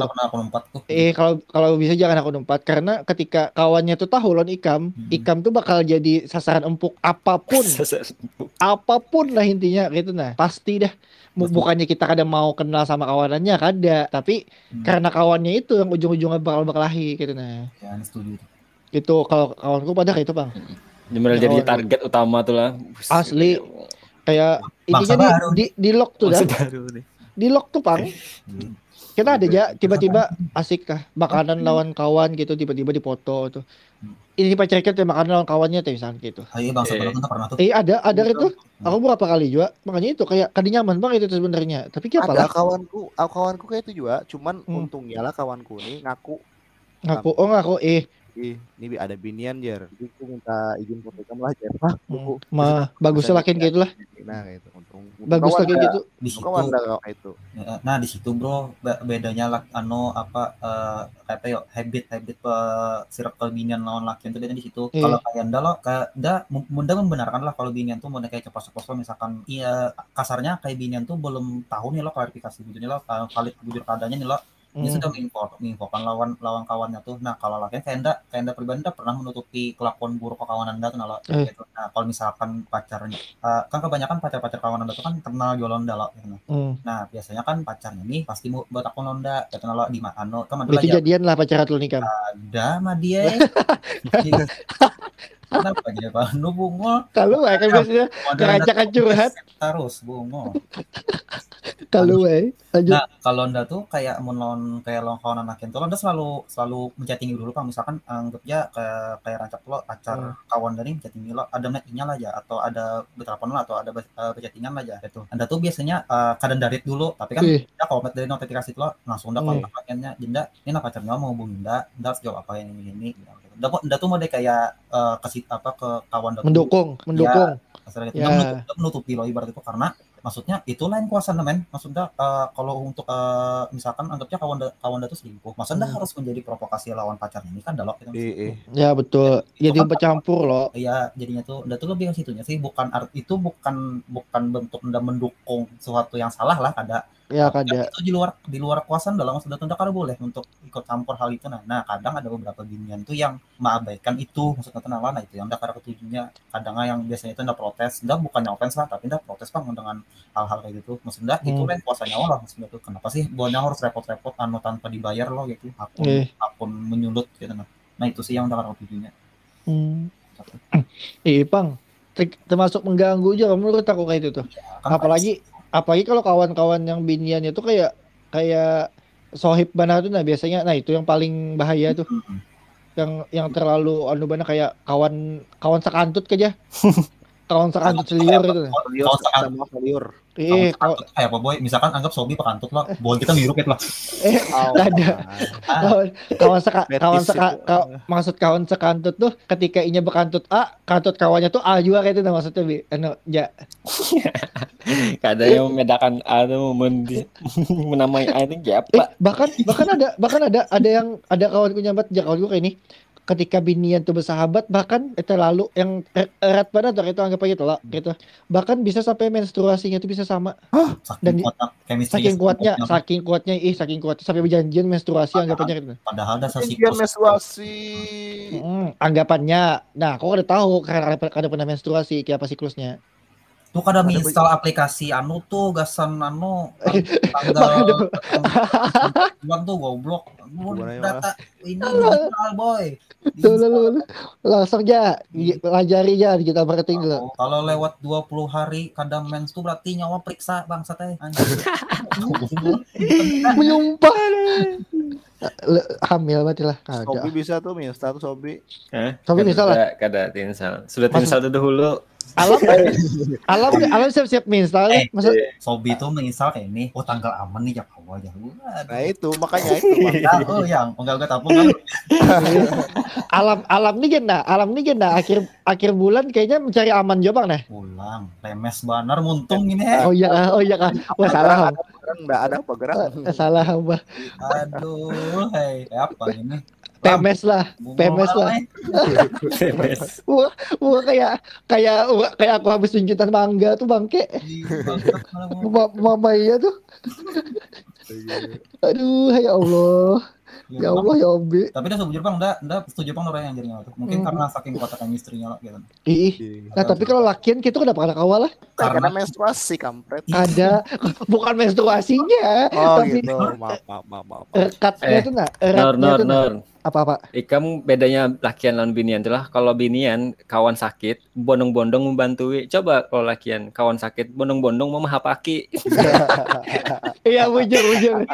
Kalau bisa jangan aku numpat karena ketika kawannya tuh tahu lawan Ikam tuh bakal jadi sasaran empuk apapun. Apapun lah intinya gitu nah. Pasti dah. Bukannya kita kadang mau kenal sama kawanannya kada, tapi karena kawannya itu yang ujung-ujungnya bakal berkelahi gitu nah.
Ya, setuju.
Itu kalau kawanku pada kayak itu, Bang.
Benar jadi target utama tuh lah.
Asli kayak intinya di lock tuh dah. Di lock tuh, Bang. Kita ada aja tiba-tiba asik kah makanan lawan kawan gitu, tiba-tiba dipoto tuh. Ini pacar kita makan lawan kawannya tuh misalnya gitu.
Iya bang, sebelum itu pernah tuh.
Ada itu. Aku berapa kali juga. Makanya itu kayak kadi nyaman bang itu sebenarnya. Tapi apa lah?
Kawanku kayak itu juga. Cuman untungnya lah kawanku nih ngaku. Ini ada binian jar. Jadi aku minta izin foto kamu lah jar.
Bagus lakin gitu lah.
Nah gitu.
Bagus lah kayak gitu.
Di situ.
Itu.
Nah di situ bro bedanya habit circle binian lawan lakian itu bedanya di situ. Kalau kayak Anda membenarkan lah kalau binian tuh mau kayak ceplos-ceplos misalkan iya kasarnya kayak binian tuh belum tahu nih lo klarifikasi bujurnya lo valid bujur keadaannya nih lo. Dia sudah menginfokan lawan kawannya tuh. Nah kalau lakian kayak anda pribadi anda pernah menutupi kelakuan buruk ke kawan anda tuh gitu. Nah kalau misalkan pacarnya kan kebanyakan pacar kawan anda tuh kan kenal jualan anda gitu. Nah biasanya kan pacarnya nih pasti mau buat akun onda kata lo di mana kan
berarti jadian lah pacaran lu nikah
ada mah dia kenapa dia Pak bungol
kalau kan biasanya kerajaan curhat
terus bungol
kalau lanjut.
Nah kalau anda tuh kayak lawan kawan anak itu anda selalu menchattingi dulu Pak, misalkan anggapnya kayak rancak lo pacar kawan dari menchattingi lo ada matchingnya lah ya atau ada bertelepon lah atau ada berchattingan lah ya gitu. Anda tuh biasanya kadang dari dulu tapi kan ya kalau dari notifikasi lo langsung udah kontak lakiannya Dinda ini pacarnya mau hubungin Dinda harus jawab apa ini gitu. Anda tuh mau deh kayak ke kawan
mendukung
ya, menutupi lo ibarat itu karena maksudnya itu lain kuasa men maksudnya kalau untuk misalkan anggapnya kawan itu selingkuh maksudnya harus menjadi provokasi lawan pacarnya ini kan dalok gitu.
Ya betul jadi bercampur loh
iya jadinya tuh udah tuh lebih ke situnya sih bukan bentuk anda mendukung sesuatu yang salah lah ada
ya kada
itu di luar kuasa dalam maksudnya tunda kada boleh untuk ikut campur hal itu nah kadang ada beberapa binian tuh yang mengabaikan itu maksudnya tenang nah itu yang anda karena ketujuhnya kadang yang biasanya itu anda protes anda bukannya offense lah tapi anda protes Bang dengan hal-hal kayak gitu maksudnya itu lain kuasanya Allah maksudnya tuh kenapa sih buahnya harus repot-repot tanpa dibayar lo gitu akun menyulut gitu nah itu sih yang anda karena ketujuhnya
Pang termasuk mengganggu juga menurut aku kayak itu tuh ya, apalagi kalau kawan-kawan yang binian itu kayak sohib bana tuh nah biasanya nah itu yang paling bahaya tuh yang terlalu kayak kawan sekantut aja kawan sekantut seliur itu
kawan seliur
kayak apa boy misalkan anggap sobi pakantut lo boleh kita mirip lah
ada maksud kawan sekantut tuh ketika inya bekantut A kantut kawannya tuh A juga kayak itu nah maksudnya
kadang yang membedakan A tuh menamai A itu siapa
bahkan ada kawanku nyambat kawanku kayak ini ketika binian tuh bersahabat bahkan terlalu yang erat pada atau itu anggap aja lah gitu bahkan bisa sampai menstruasinya tuh bisa sama saking kuatnya sampai berjanjian menstruasi anggapannya gitu
padahal dasar
siklus menstruasi
anggapannya nah kok udah tahu karena ada pernah menstruasi kayak apa siklusnya
tuh kada install aplikasi tuh gasan tanggal tuh goblok data ini digital boy
langsung aja pelajari aja digital marketing dulu
kalau lewat 20 hari kadang mens tuh berarti nyawa periksa bangsa teh
menyumpah hamil berarti lah
Sobi bisa tuh install tuh Sobi
bisa lah
kada tinsal sudah tinsal dahulu
alam siap-siap menginstal
masa Sobi tuh menginstal kayak ini tanggal aman nih ya kau aja
nah itu makanya itu
yang enggak tahu
alam nih genda akhir bulan kayaknya mencari aman juga Bang
pulang lemes banar muntung ini
oh iya kan wah salah
enggak ada apa gerak
salah Bang
aduh apa ini
PMS lah. Wah kayak aku habis tunjukan mangga tuh bangke. Mama iya tuh. Aduh ya Allah. Ya Allah ya Obi.
Tapi dah sejujur Bang, enggak setuju Bang orang yang jadinya tuh. Mungkin karena saking kuatnya istrinya lah gitu.
Nah, tapi kalau lakian kita udah pernah kawal lah.
Karena menstruasi kampret.
Ada bukan menstruasinya, tapi
gitu. Maaf.
Rekatnya itu eratnya itu apa?
Kamu bedanya lakian lawan binian itulah kalau binian kawan sakit bondong-bondong membantui. Coba kalau lakian kawan sakit bondong-bondong memahapaki.
Iya bujur.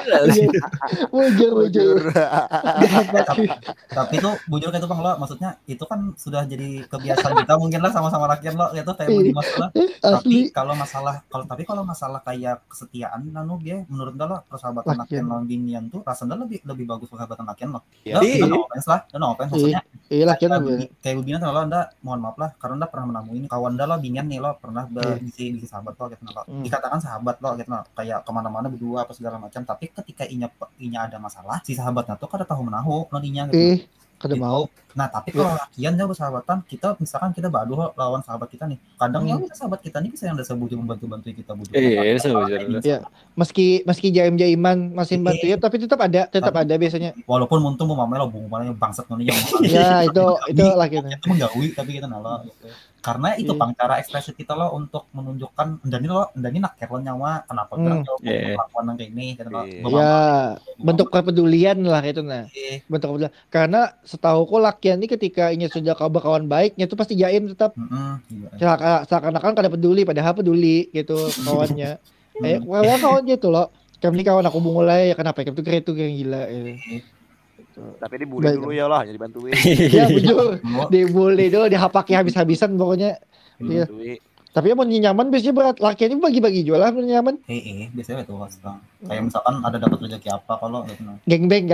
Tapi tuh bujur kayak itu Bang lo, maksudnya itu kan sudah jadi kebiasaan kita mungkin lah sama-sama lakian lo gitu kayak begini masalah. Tapi kalau masalah kayak kesetiaan dia menurut lo persahabatan lakian lawan binian tuh rasanya lebih bagus persahabatan lakian lo. no offense lah, no offense maksudnya.
Iya lah kan
kayak Binian kalau Anda mohon maaf lah karena Anda pernah menemuin kawan Anda lo Binian nih lo pernah bisa sahabat lo gitu lo. Dikatakan sahabat lo gitu lo kayak kemana-mana berdua apa segala macam tapi ketika inya ada masalah si sahabatnya tuh kada tahu menahu lo dinya gitu.
Kada
gitu.
mau.
Nah tapi kalau lakian ya bersahabatan kita misalkan kita badu lawan sahabat kita nih kadang ya sahabat kita nih bisa yang ada sebuju membantu kita bujuk.
Iya sebenarnya.
Ya meski jaim-jaiman masih bantu ya tapi tetap ada biasanya.
Walaupun muntung mau mamel lo bunga bangsat nih yang.
Ya itu lakian.
Itu menggawi tapi kita nalo gitu. Karena itu bang cara ekspresi kita lo untuk menunjukkan ndani nak lo nyawa kenapa kelakuan yang kayak ini gitu lo.
Ya bentuk kepedulian lah itu bentuk kepedulian karena setahuku lakian ini ketika ini sudah kawan baiknya itu pasti jaim tetap seakan-akan kada peduli padahal peduli gitu kawannya kawannya itu loh kami kawan aku mulai ya kenapa itu yang gila
tapi dibully dulu ya lah jadi bantuin
ya bujur dibully dulu dihapaknya habis-habisan pokoknya iya. Tapi ya mau nyaman biasanya berat laki ini bagi-bagi jual lah nyaman.
Biasanya itu sekarang. Kayak misalkan ada dapat rezeki apa kalau gitu.
Gengbeng.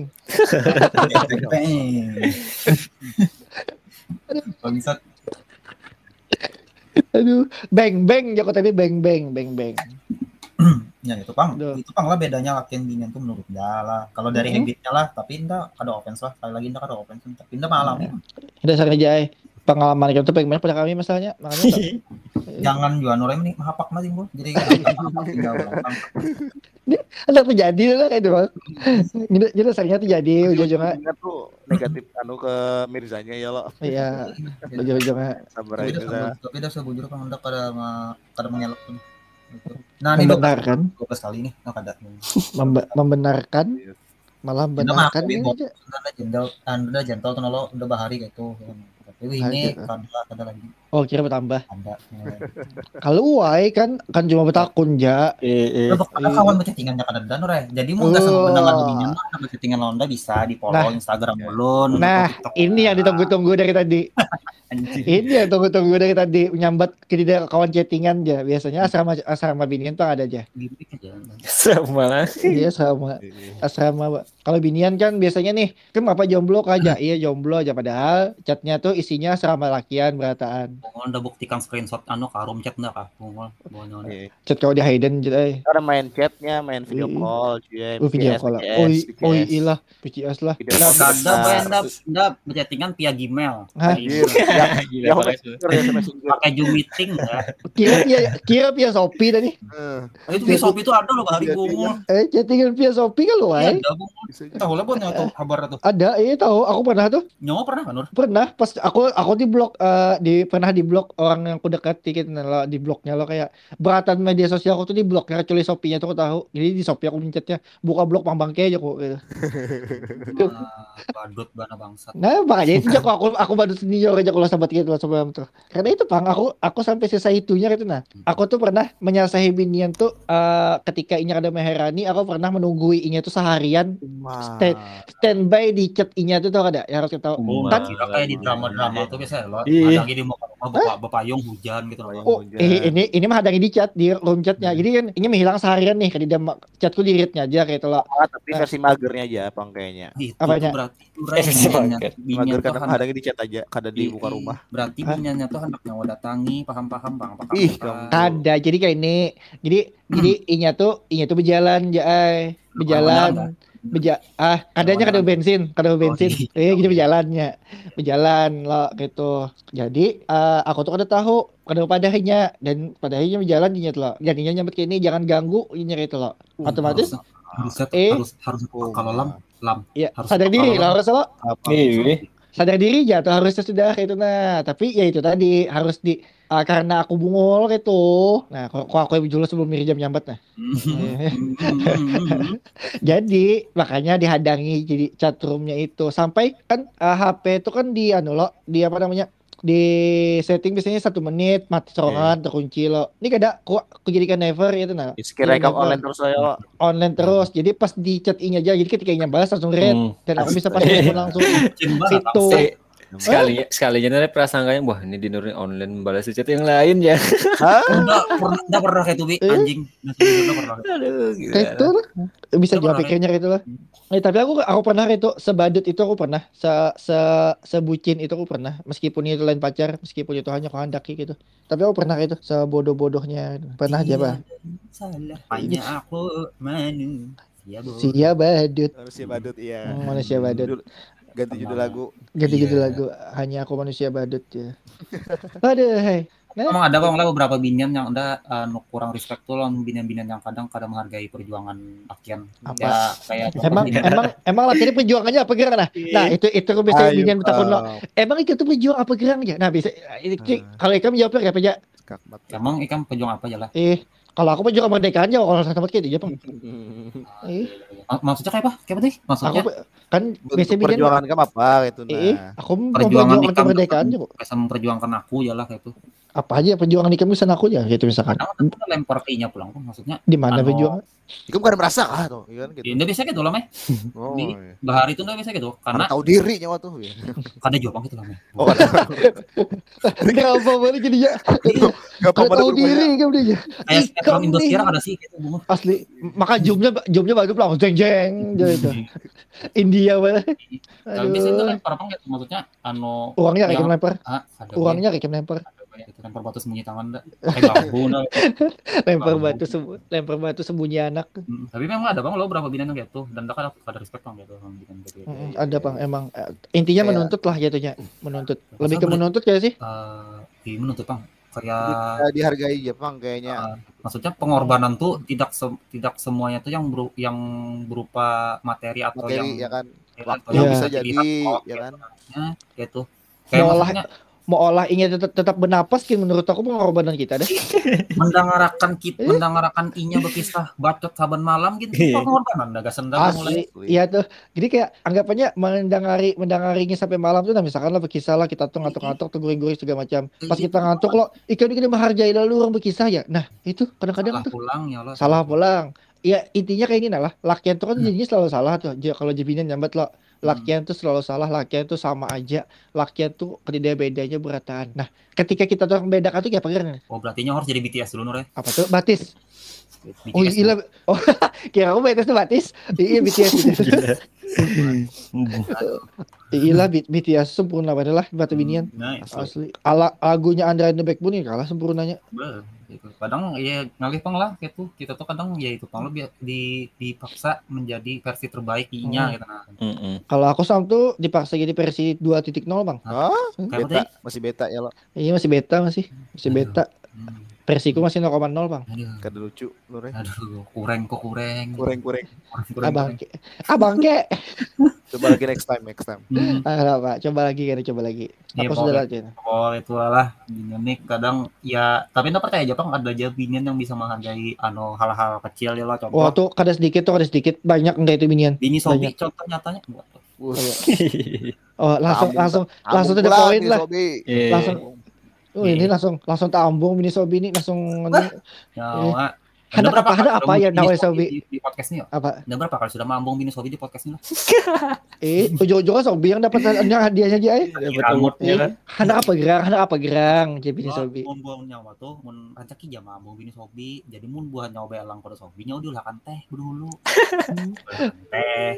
Bangsat.
Aduh, beng jago tapi beng.
Ya itu pang lah bedanya laki yang binian tuh menurut dia lah. Kalau dari habitnya lah, tapi enggak ada offense lah. Sekali lagi enggak ada offense, tapi enggak mengalami.
Udah saja pengalaman kita pengen banyak pada kami masalahnya makanya
jangan jual norem nih mahapak mah timbul jadi
ada terjadi lah kayak itu bang jadi seringnya terjadi ujung-ujungnya
tuh negatif ke Mirzanya ya lo
iya ujung-ujungnya
sabar aja
tapi dah sebujur kan hendak kada mengelak nah
ini membenarkan
12 kali nih kada
membenarkan malah membenarkan ini
aja anda gentle tuh lo udah bahari gitu ini kada lagi.
Oh kira bertambah. Kalau uai kan cuma bertakun ja.
Kawan berchattingannya kada dan jadi mau enggak sama benangan bininya mah berchattingan londa bisa di-follow Instagram ulun.
Nah, ini yang ditunggu-tunggu dari tadi. Ini yang tunggu-tunggu dari tadi menyambat ke kawan chattingan aja. Biasanya asrama binian tuh ada aja.
Sama.
Iya sama. Asrama. Kalau binian kan biasanya nih, kan apa jomblo aja. Iya jomblo aja padahal chatnya tuh isinya asrama lakian berataan.
Bungol udah buktikan screenshot karum chat enggak kah? Bungol.
Chat kau di hidden jadi.
Ada main chatnya, main video call,
video call. Oh ilah, PCS lah.
Ada berchattingan via Gmail. Pakai Zoom meeting ya.
Kira via Shopee tadi.
Itu via Shopee itu ada loh hari Bungol.
Chattingan via Shopee kan lo ay.
Tahu lah buat nyawa kabar tuh.
Ada, tahu. Aku pernah tuh.
Nyawa pernah kan, Nur?
Pernah. Pas aku di blok pernah di blok orang yang aku dekati gitu lo di bloknya lo kayak beratan media sosial aku tuh di bloknya kecuali Shopee-nya tuh aku tahu. Jadi di Shopee aku mencetnya buka blok bangke aja kok gitu.
Badut bana bangsat.
Nah, makanya itu aku badut senior aja kalau sahabat gitu sebelum tuh. Karena itu Bang, aku sampai selesai itunya gitu nah. Aku tuh pernah menyelesaikan binian tuh ketika inya ada Meherani, aku pernah menunggu inya tuh seharian standby di chat inya tuh ada yang harus kita tahu.
Kan kayak di drama-drama tuh biasa lo ada lagi di muka rumah bepayung hujan gitu loh.
Ini mah hadangi di chat di room chatnya. Jadi kan ini menghilang seharian nih di chatku di readnya aja kayak itu loh.
Tapi versi magernya aja kayaknya.
Apanya? Berarti
mager kadang hadangi di chat aja, kada di muka rumah.
Berarti biniannya tuh hendaknya datangi, paham Bang.
Ada. Jadi kayak ini. Jadi inya tuh berjalan kadanya kada bensin gitu berjalan lo gitu. Jadi aku tuh kada tahu kada padahnya dan padahnya berjalan dinyat lo jadinya nyambut ke ini jangan ganggu ini gitu lo otomatis
harus kalau lam
ya sadar diri lo harus lo sadar diri jatuh harusnya sudah itu nah tapi ya itu tadi harus di karena aku bungol gitu. Nah, kok aku dulu sebelum Mirjam nyambat nah. Jadi makanya dihadangi jadi chatroomnya itu sampai kan HP itu kan di di setting biasanya 1 menit mati sorangan terkunci lo. Ini kada aku jadikan never itu nah.
Sekira online terus ayo.
Online terus. Jadi pas di chat-nya aja jadi ketika inya balas langsung read dan aku bisa pas telepon langsung. Itu
Sekalinya nanti prasangkanya, wah ini Dinur online membalas chat yang lain ya.
Enggak pernah kayak itu, anjing.
Aduh,
kayak itu lah. Bisa jawab pikirnya gitu lah. Tapi aku pernah itu sebadut itu aku pernah, sebucin itu aku pernah, meskipun itu lain pacar, meskipun itu hanya kehendaki gitu. Tapi aku pernah itu sebodoh-bodohnya pernah aja, Pak.
Salah. Hanya aku
manusia badut.
Manusia badut, iya.
Manusia badut.
Ganti judul lagu.
Judul lagu hanya aku manusia badut ya. Aduh, hai.
Emang ada bang lah beberapa binian yang udah kurang respect tuh lah, binian-binian yang kadang menghargai perjuangan lakian.
Apa?
Ya, kayak
emang lakian perjuangannya apa gerang nah? Nah itu bisa binian bertakun lo. Emang itu perjuang apa gerangnya? Nah bisa kalau ikan jawabnya apa aja?
Emang ikan perjuang apa aja lah?
Kalau aku perjuang merdekaannya kalau sama kayak dia bang.
Maksudnya kayak apa? Kayak apa sih? Maksudnya
aku kan biasa
perjuangan kamu apa gitu nah.
Aku perjuangan kemerdekaan kok.
Bisa memperjuangkan aku ya lah kayak itu.
Apa aja perjuangan ikan bisa aku ya gitu misalkan.
Aku lempar ke-nya pulang tuh maksudnya.
Di mana perjuangan?
Ikan bukan merasa tuh, iya kan gitu.
Enggak bisa gitu lah, Meh.
Oh.
Bahari itu enggak bisa gitu karena
tahu diri nyawa tuh ya.
Kada jawab gitu lah, Meh.
Oh,
kenapa balik jadi ya? Enggak tahu diri kan dia.
Kayak film Indosiar ada sih gitu, Bung.
Asli, maka jobnya baru pulang jeng gitu. India banget.
Kalau bisa itu lempar apa gitu maksudnya
uangnya kayak lempar. Uangnya kayak lempar.
Itu lempar batu sembunyi tangan enggak? Kayak bambu enggak?
lempar batu sembunyi anak.
Tapi memang ada bang lo berapa binian kayak tuh dan ada respect bang gitu sama binian gitu.
Ada bang emang intinya menuntut lah jatuhnya, menuntut. Lebih ke menuntut kayak sih?
Menuntut bang. Kayak
dihargai Jepang kayaknya.
Maksudnya pengorbanan tuh tidak semuanya tuh yang berupa materi atau yang
ya kan.
Waktu yang bisa
jadi ya kan.
Gitu. Kayak
mau olah ingin tetap bernapas kan menurut aku pengorbanan kita deh.
Mendengarkan inya berkisah bacot saban malam gitu pengorbanan dah sendang mulai.
Iya tuh. Jadi kayak anggapannya mendengarinya sampai malam tuh nah misalkan lah berkisah lah kita tuh ngatuk-ngatuk tuh guring-guring segala macam. Pas kita ngantuk lo ikan menghargai lalu orang berkisah ya. Nah, itu kadang-kadang tuh salah pulang. Ya intinya kayak gini lah. Lakian tuh kan jadinya selalu salah tuh. Kalau jebinnya nyambat lo. Lakian tuh selalu salah, lakian tuh sama aja, lakian tuh bedanya berataan. Nah, ketika kita tuh membedakan tuh kayak apa kan?
Oh, berarti harus jadi BTS dulu Nur ya?
Apa tuh? Batis. BTS oh iya, oh kira aku BTS tuh batis. Iya BTS. Iya BTS sempurna padahal batu binian. Asli. Lagunya Andra and the Backbone ya kalah sempurnanya.
Kadang ya ngalih pang lah gitu. Kita tuh kadang ya itu pang lebih dipaksa menjadi versi terbaik nya gitu nah.
Kalau aku sama tuh dipaksa jadi versi 2.0 bang.
Beta, masih beta ya lo.
Iya masih beta. Versiku masih 0,0 bang.
Kada lucu Nur.
Aduh, kurang.
Abang ke.
Coba lagi next time.
Pak, coba lagi. Apa sudah latihan?
Oh, itulah lah. Binian kadang ya, tapi enggak percaya aja Bang, ada aja binian yang bisa menghargai hal-hal kecil ya lah contoh.
Wah, tuh kada sedikit, banyak enggak itu binian.
Bini Sobi contoh nyatanya.
Oh, langsung to the point lah. Langsung ini langsung tambung Bini Sobi ini langsung
ya.
Ada apa ya namanya Sobi
di podcast ini?
Apa?
Udah berapa kali sudah mambung Bini Sobi di podcast ini?
Ujung-ujungnya Sobi yang dapat hadiahnya aja Hana apa gerang jadi Bini Sobi.
Mun buah nyawa tuh mun rancaki jam mambung Bini Sobi. Jadi mun buah nyawa belang pada Sobi nya udah kan teh dulu. Teh.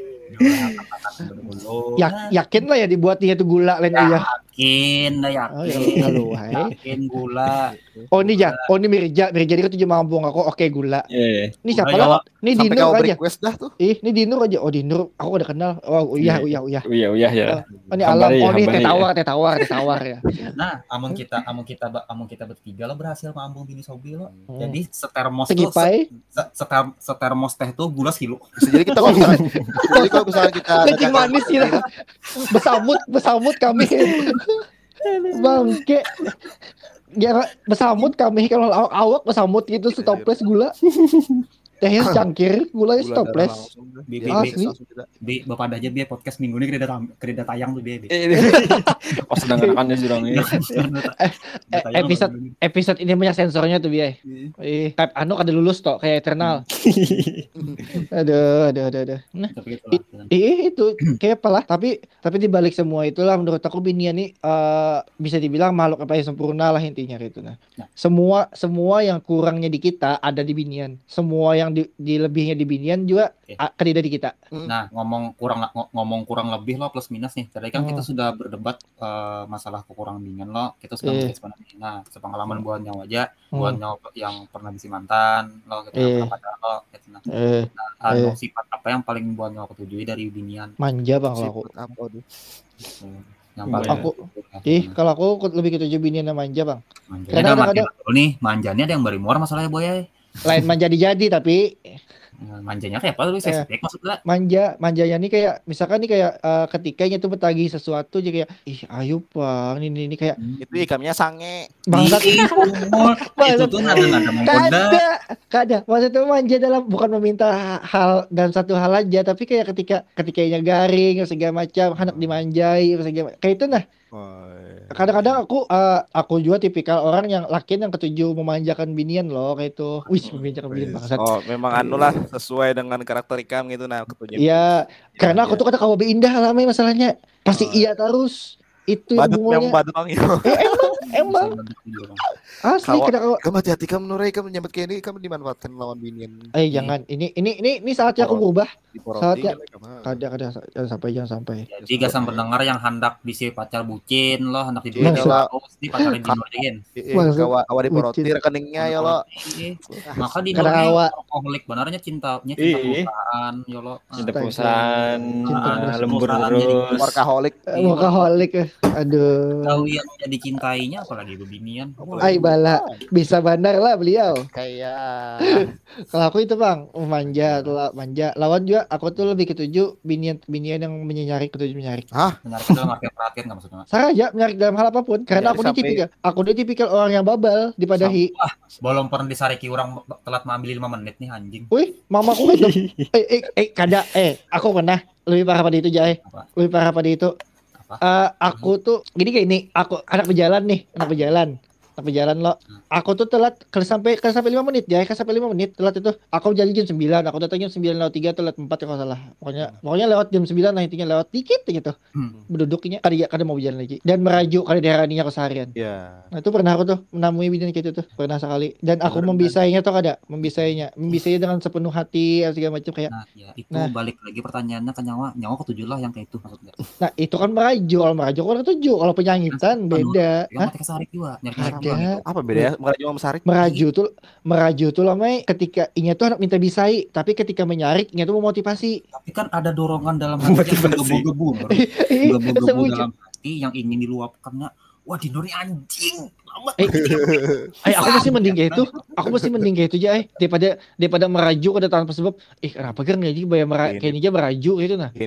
Yakin lah ya dibuat dia tuh gula lain aja.
Yakin. Yakin gula.
Oh ini Mirja dia tuh mambung aku oke gula. Ini siapa lah? Ini Dinur aja. Ini Dinur aja. Oh Dinur aku udah kenal. Oh iya ya. Ini Alam. Oh ini teh tawar ya.
Nah, amun kita bertiga lo berhasil mambung Bini Sobi lo. Jadi setermos teh tuh gula sekilo.
Bisa jadi kita kalau misalnya kita
kencing manis gitu. Besamut kami. Bangke. Ya besamut kami kalau awak besamut gitu setoples gula. tehnya cangkir, gulanya
Gula darah
stoples.
langsung dah.
Bi,
Dia
asli.
langsung tidak.
Bapak aja biar podcast minggu ini kerida tayang tuh biar.
Oh sedang kan ya jurang ini.
Episode ini banyak sensornya tuh biar. Kayak kada lulus toh kayak Eternal. Aduh. Nah, itu kayak apalah. Tapi di balik semua itulah menurut aku binian nih bisa dibilang makhluk apa yang sempurna lah intinya gitu. Nah, semua yang kurangnya di kita ada di binian. Semua yang di lebihnya di binian juga ada di kita.
Nah, ngomong kurang lebih lo plus minus nih. Tadi kan kita sudah berdebat masalah kekurangan binian lo. Kita sudah sebenarnya. Nah, sepengalaman buat nyawa aja, buat nyawa yang pernah bisi mantan lo, gitu, pernah pacaran lo, gitu. Nah, sifat apa yang paling buat nyawa ketujui dari binian?
Manja bang kalau aku.
Apa tuh?
Yang paling
kalau aku lebih ketujuh binian yang manja bang.
Karena ada nih manjanya ada yang bari muar masalahnya boy.
Lain manja jadi tapi
manjanya kayak apa tuh spesifik maksudnya?
Manjanya nih kayak misalkan nih kayak ketikanya tuh bertagih sesuatu jadi kayak ayo bang ini kayak
itu ikamnya sange
bangsat
itu tuh nada menggoda.
Kada maksudnya manja dalam bukan meminta hal dan satu hal aja tapi kayak ketikanya garing segala macam hendak dimanjai segala kayak itu nah. Kadang-kadang aku juga tipikal orang yang lakian yang ketujuh memanjakan binian loh kayak itu. Wih, memanjakan binian bangsat.
Oh, memang lah sesuai dengan karakter ikam gitu nah ketujuh.
Iya, karena aku tuh kata kau indah lah masalahnya. Pasti iya terus. Itu yang bunganya. Emang. Asli
kamu hati-hati kamu Nurai kamu nyambut kayak ini kamu dimanfaatkan lawan binian.
Jangan. Ini saatnya aku berubah. Saatnya. Jangan sampai.
Jadi gasan pendengar yang hendak bisi pacar bucin lo, hendak dibuat di pacarin dinurin.
Kawa diporoti rekeningnya ya lo.
Maka di alkoholik benarnya cintanya cinta perusahaan ya lo.
Cinta perusahaan lembur terus.
Workaholic. Aduh.
Tahu yang jadi cintainya apalagi bebinian.
Bala bisa bandar lah beliau.
Kayak
kalau aku itu bang manja. Lawan juga aku tuh lebih ketujuh binian yang menyarik menyarik.
Menyarik dalam arti perhatian nggak maksudnya?
Sengaja menyarik dalam hal apapun. Karena aku tipikal orang yang babal dipadahi.
Belum pernah disariki orang telat mengambil 5 menit nih anjing.
Wih, mamaku itu. Kada. Aku pernah lebih parah pada itu Jai. Lebih parah pada itu. Aku tuh gini kayak ini, aku anak berjalan lo. Aku tuh telat sampai 5 menit ya, sampai 5 menit telat itu. Aku jadi jam 9, aku datang jam 9:03 telat 4 kalau salah. Pokoknya lewat jam 9 lah intinya lewat dikit gitu. Berduduknya kada mau berjalan lagi dan merajuk kada diharaninya keseharian. Nah, itu pernah aku tuh menemui bidang kayak itu tuh, pernah sekali. Dan aku membisainya tuh membisainya dengan sepenuh hati segala macam kayak.
Balik lagi pertanyaannya ke nyawa ketujuh lah yang kayak itu maksudnya.
Nah, itu kan merajuk, kalau merajuk kan ketujuh, kalau penyanyitan beda.
Kesarik juga.
Apa beda ya
meraju tuh lama ketika inya tuh anak minta bisai tapi ketika menyarik inya tuh memotivasi
tapi kan ada dorongan dalam hati yang gebu-gebu dalam hati yang ingin diluapkannya. Wah dinori anjing
aku mesti mending kayak itu aja daripada meraju ada tanpa sebab kenapa kan jadi bayar kayaknya meraju gitu nah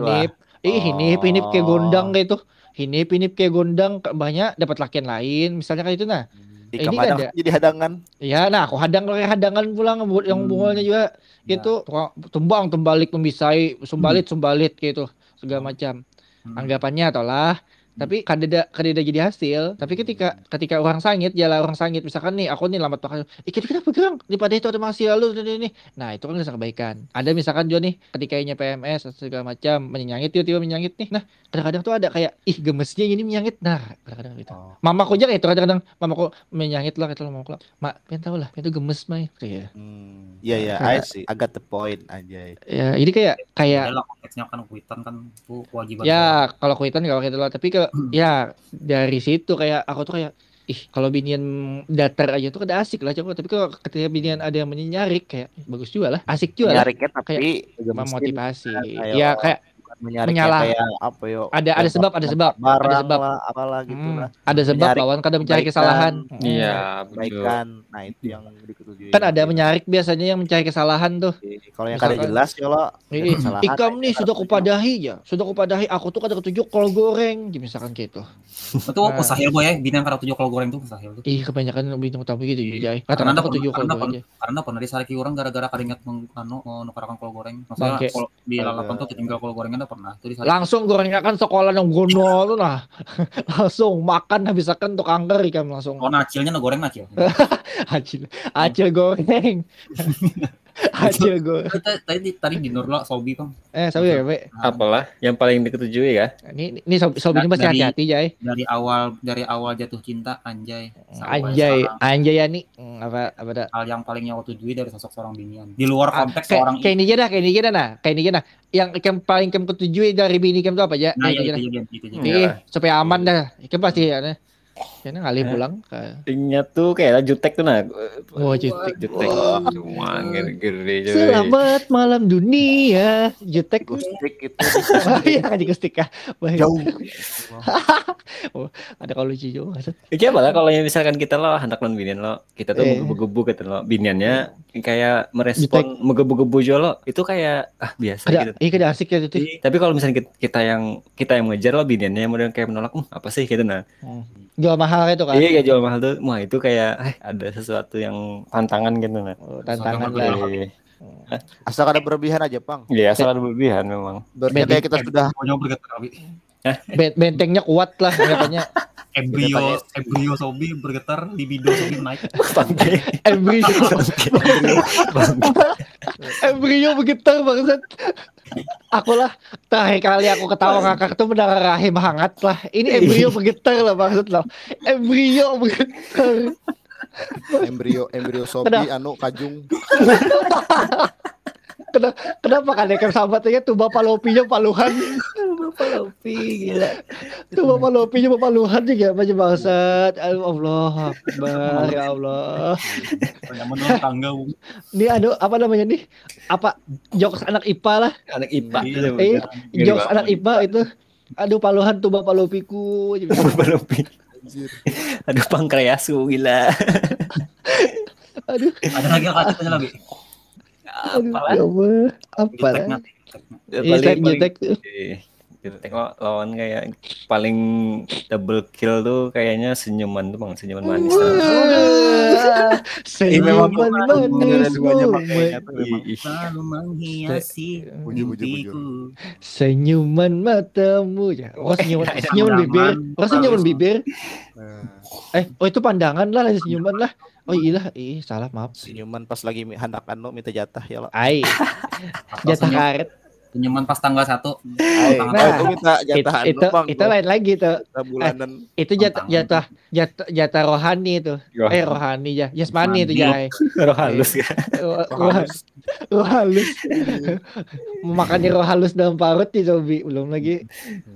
hinip kayak gondang gitu hinip kayak gondang banyak dapat lakian lain misalnya kayak itu nah
ini kan jadi hadangan.
Ya, nah aku kayak hadangan pulang yang bungolnya juga gitu. Tumbalik membisai, sumbalit gitu segala macam. Anggapannya atolah. Tapi kada jadi hasil. Tapi ketika orang sangit misalkan nih aku nih lambat makan. Kita pegang daripada itu ada masih lalu ini. Nah, itu kan bisa kebaikan. Ada misalkan juga nih ketika inya PMS segala macam menyangit tiba-tiba menyangit nih. Nah, kadang-kadang tuh ada kayak gemesnya ini menyangit. Nah, kadang-kadang gitu. Mamaku aja kayak itu kadang-kadang mamaku menyangit lah gitu mamaku. Mak, pengen tahu lah, itu gemes mah. Iya.
Iya, I see. I got the point aja.
Ya, ini kayak
dalam konteksnya kan kuitan kan itu kewajiban.
Ya, kalau kuitan enggak gitu lah, tapi ya dari situ kayak aku tuh kayak kalau binian datar aja tuh kada asik lah coba, tapi kalau ketika binian ada yang menyarik kayak bagus juga lah, asik juga lah.
Nyariknya tapi
memotivasi. Ya kayak
menyariknya kayak apa yo?
Ada sebab
barang lah, apalah gitu lah.
Ada sebab lawan kadang mencari kesalahan.
Iya,
Kebaikan. Nah, itu yang diketujui.
Kan ada menyarik biasanya yang mencari kesalahan tuh.
Kalau yang kada jelas ya lo.
Ikam nih sudah kupadahi ya. Sudah kupadahi aku tuh kada ketujuh kol goreng, misalkan gitu.
Itu mustahil boy ya, bintang kada ketujuh kol goreng tuh mustahil tuh.
Kebanyakan bintang tamu gitu ya.
Karena ketujuh kol goreng. Karena pernah disariki orang gara-gara keringat nukarkan kol goreng. Maksudnya kalau di lalapan tuh ketinggal kol gorengnya pernah.
Langsung gorengnya kan sekolah yang gono tuh nah. Langsung makan habisakan untuk angker ikan langsung.
Oh, acilnya goreng acil.
acil goreng. Acil goreng.
Tadi di Nurlo Sobi Bang.
Sobi ya, Be.
Apalah yang paling diketujui ya?
Ini Sobi ini masih hati-hati, Jay.
Dari awal jatuh cinta anjay.
Anjay ya nih. Apa dah?
Hal yang paling nyawa tujui dari sosok seorang binian. Di luar konteks seorang
kayak ini aja nah. Yang paling kem ketujui dari bini kem itu apa aja?
Nah, itu.
Supaya aman dah. Ikem pasti ya. Kayaknya ngalih pulang.
Tingnya tuh kayak jutek tuh nah.
Oh, jutek.
Cuma gede-gede.
Selamat malam dunia. Jutek.
Gustik itu.
Iya kan digustik kah?
Jauh.
Ada kalau lucu juga.
Oke, malah kalau misalkan kita lo hendak non binian lo, kita tuh menggebu-gebu gitu lo. Biniannya kayak merespon menggebu-gebu jo lo. Itu kayak biasa gitu.
Iya kada asik ya itu.
Tapi kalau misalnya kita yang mengejar lo biniannya model kayak menolak, apa sih gitu nah.
Jual mahal itu kan?
Iya, jual mahal tuh. Wah, itu kayak ada sesuatu yang tantangan gitu nah.
Tantangan lah.
Asal ada berlebihan aja, Bang.
Iya, asal ada berlebihan memang.
Berarti kayak kita sudah
bentengnya kuat lah katanya.
Embryo Sobi bergetar, libido Sobi naik.
Embryo bergetar bangsat. Terakhir kali aku ketawa ngakak tuh mendengar rahim hangat lah. Ini embryo bergetar lah maksud lo. Embryo bergetar.
Embryo Sobi kajung.
Kenapa kan ikan sahabatnya tuh bapak lopinya paluhan.
Bapak lopi gila.
Tuh bapak lopinya paluhan juga macam bangsat. Allah Akbar ya Allah.
Menurut tangga.
Ini apa namanya nih? Apa jokes anak IPA lah.
Anak IPA.
Jokes anak IPA itu. Aduh paluhan tuh bapak lopiku.
Bapak lopi. Aduh pankreasu gila.
Aduh.
Ada lagi katanya lagi.
Apalah. Jutek
lawan kayak paling double kill tuh kayaknya senyuman tuh Bang, senyuman manis.
Senyuman manis
selalu menghiasi mimpiku.
Senyuman matamu ya. Senyuman bibir. Senyuman bibir. Itu pandangan lah senyuman lah. Oh iya, salah maaf.
Senyuman pas lagi hendak minta jatah ya lo.
Jatah karet.
Senyuman pas tanggal 1.
Aku minta jatah
itu lain lagi tuh.
Bulanan.
Itu jatah rohani itu. Rohani ya. Jasmani itu ya.
Roh halus ya.
Roh halus. Makan roh halus dalam parut nih Sobi, belum lagi.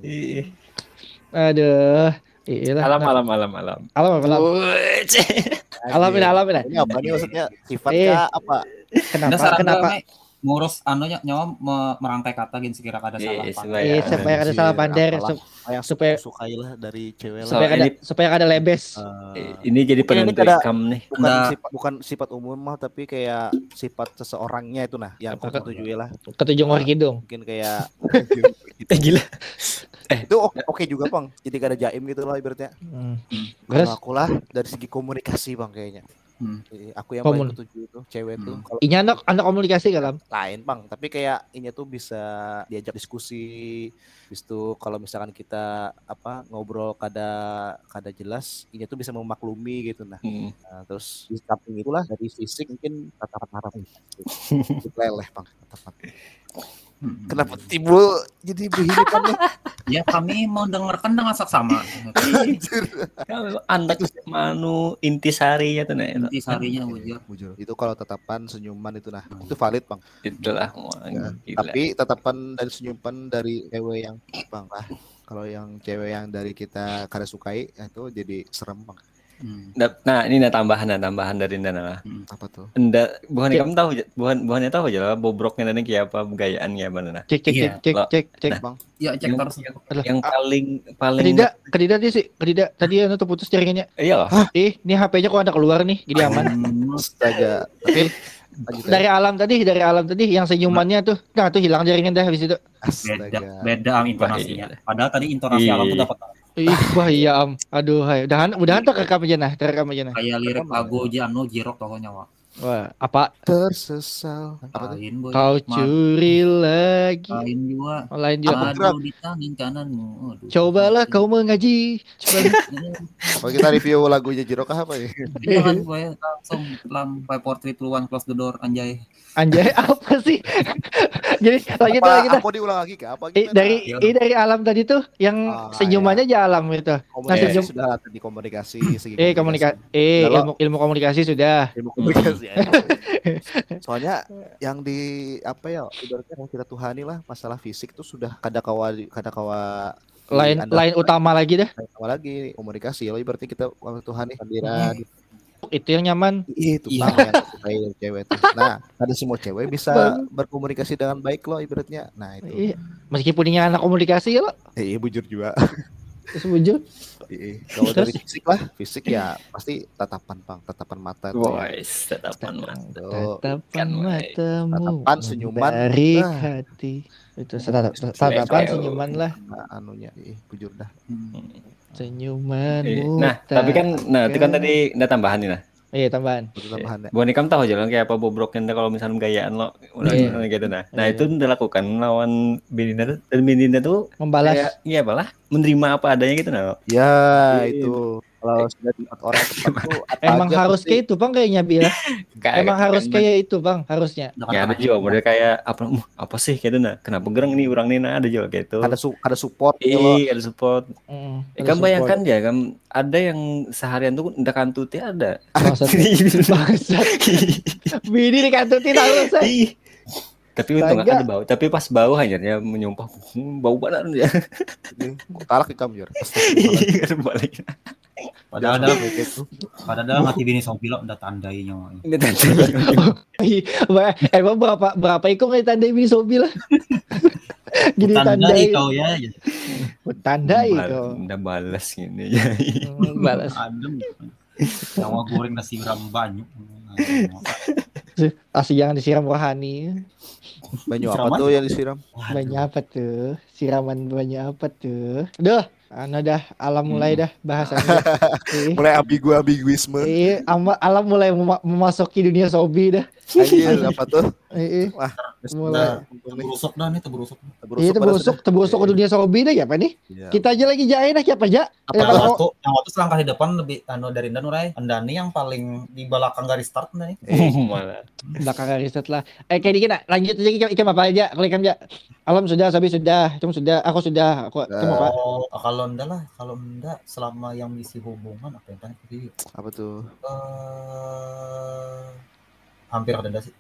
Aduh.
Alam.
Alam.
Ini apa nih maksudnya? Sifatnya apa?
Kenapa?
Ngurus nyawa merangkai kata gitu sekira kada salah.
Supaya kada salah pander supaya
sukailah dari cewek
supaya kada lebes.
Ini jadi penentu ikam nih.
Bukan sifat umum mah tapi kayak sifat seseorangnya itu nah yang ketujui lah.
Ketujuh ngor kidung.
Mungkin kayak
gila.
Itu oke juga Bang. Jadi kada jaim gitu lah ibaratnya. Kalau aku lah dari segi komunikasi Bang kayaknya. Aku yang paling ketujuh itu cewek tuh.
Ini anak komunikasi kan?
Lain Bang, tapi kayak ini tuh bisa diajak diskusi. Habis itu kalau misalkan kita ngobrol kada jelas, ini tuh bisa memaklumi gitu nah. Terus di samping itulah dari fisik mungkin kata-kata leleh Bang. Kenapa timbul jadi begini
Ya kami mau dengarkan dengan saksama.
Anak intisarinya tuh nah.
Intisarinya
bujur. Itu kalau tatapan senyuman itu nah. Itu valid Bang.
Itulah.
Tapi tatapan dan senyuman dari cewek yang Bang lah. Kalau yang cewek yang dari kita kada sukai itu jadi serem Bang.
Nah, ini tambahan dari Nda lah.
Apa tuh?
Nda, kamu tahu, bukannya tahu aja lah bobroknya Nda kayak apa, gayaannya mana?
Cek
Bang.
Ya cek terus.
Yang paling
Kedida dia sih, kedida tadi tuh putus jaringannya.
Iya loh.
Ini HP-nya kok ada keluar nih, jadi aman.
Astaga. Tapi
dari alam tadi yang senyumannya tuh, nah tuh hilang jaringan dah habis itu.
Beda intonasinya. Padahal tadi intonasi alam tuh dapat.
Wah iya aduh, hai. Udahan terekam aja nah.
Kayak lirik lagu Jano Jirok pokoknya Wak.
Wah, apa?
Tersesal.
Kau curi lagi. Lain juga.
Aduh di tangan kananmu.
Cobalah kau mengaji.
Apa kita review lagunya Jirok apa ya?
Jangan gue langsung lampai portrait luan close the door anjay.
Anjay apa sih? Jadi lanjut lagi
Apa diulang lagi kak? Apa
dari alam tadi tuh yang senyumannya aja alam gitu.
Komunikasi sudah di komunikasi.
Ilmu komunikasi sudah.
Ilmu komunikasi. Soalnya yang di apa ya? Ibaratnya yang kita tuhani lah masalah fisik tuh sudah kada kawa
lain utama lagi dah.
Utama lagi komunikasi. Lo ibaratnya kita tuhani hadiran.
Itu yang nyaman.
Itu bang yang cewek tuh. Nah, ada semua cewek bisa berkomunikasi dengan baik lo ibaratnya. Nah itu.
Iya. Meskipun ini anak komunikasi ya lo.
Iya bujur juga.
Bujur.
Kalau dari fisik ya pasti tatapan mata.
Boys, tatapan
matamu.
Tatapan senyuman
dari hati. Itu tatapan senyuman lah.
Anunya, bujur dah.
Senyumanmu.
Nah, tapi kan, itu kan tadi ada tambahan nih nah.
Iya tambahan.
Bukan kamu tahu aja kayak apa bobroknya kalau misalnya gayaan lo, gitu nah. Nah itu udah lakukan lawan Belinda dan Belinda tuh
membalas.
Iya balah, menerima apa adanya gitu nah.
Ya itu. Kalau sudah di orang tepat tuh
emang harus kayak itu bang kayaknya bila. Emang harus kayak itu bang harusnya.
Ya ada juga model kayak apa sih gitu nah. Kenapa gerang ini orang ini nah ada juga kayak itu.
Ada support.
Ada support. Kan bayangkan ya kan ada yang seharian tuh ndak kantuti ada.
Bangsat. Bini di kantuti terus.
Tapi untung ada bau. Tapi pas bau hanya menyumpah bau banget ya.
Kalak kamu ya.
Balik.
Padahal mati bini Sobi lo udah tandai nyawa.
Emang berapa ikut nggak tandai bini Sobi lah? Gini tandai
kau ya.
Tandai kau.
Udah balas gini ya.
Balas.
Adem. Nyawa goreng nasi ram banyak.
Asli jangan disiram rohani.
Banyak apa tuh yang disiram?
Banyak apa tuh? Siraman banyak apa tuh? Dah alam mulai dah bahasannya.
Mulai ambiguisme.
Alam mulai memasuki dunia Sobi dah.
Anjir apa tuh?
Wah, mulai
terberusuk dah nih terberusuk.
Terberusuk ke dunia Sobi dah ya apa nih?
Ya.
Kita aja lagi jahe dah siapa aja?
Yang waktu selangkah di depan lebih dari Danurai. Andani yang paling di belakang garis start nih.
Belakang garis start lah. Kayak dikit lanjut aja ikan apa aja? Kalikan aja. Alam sudah, Sobi sudah, Cung sudah, aku sudah. Aku apa?
Kalau enggak selama yang misi hubungan apa yang tadi?
Apa tuh?
Hampir ada sih.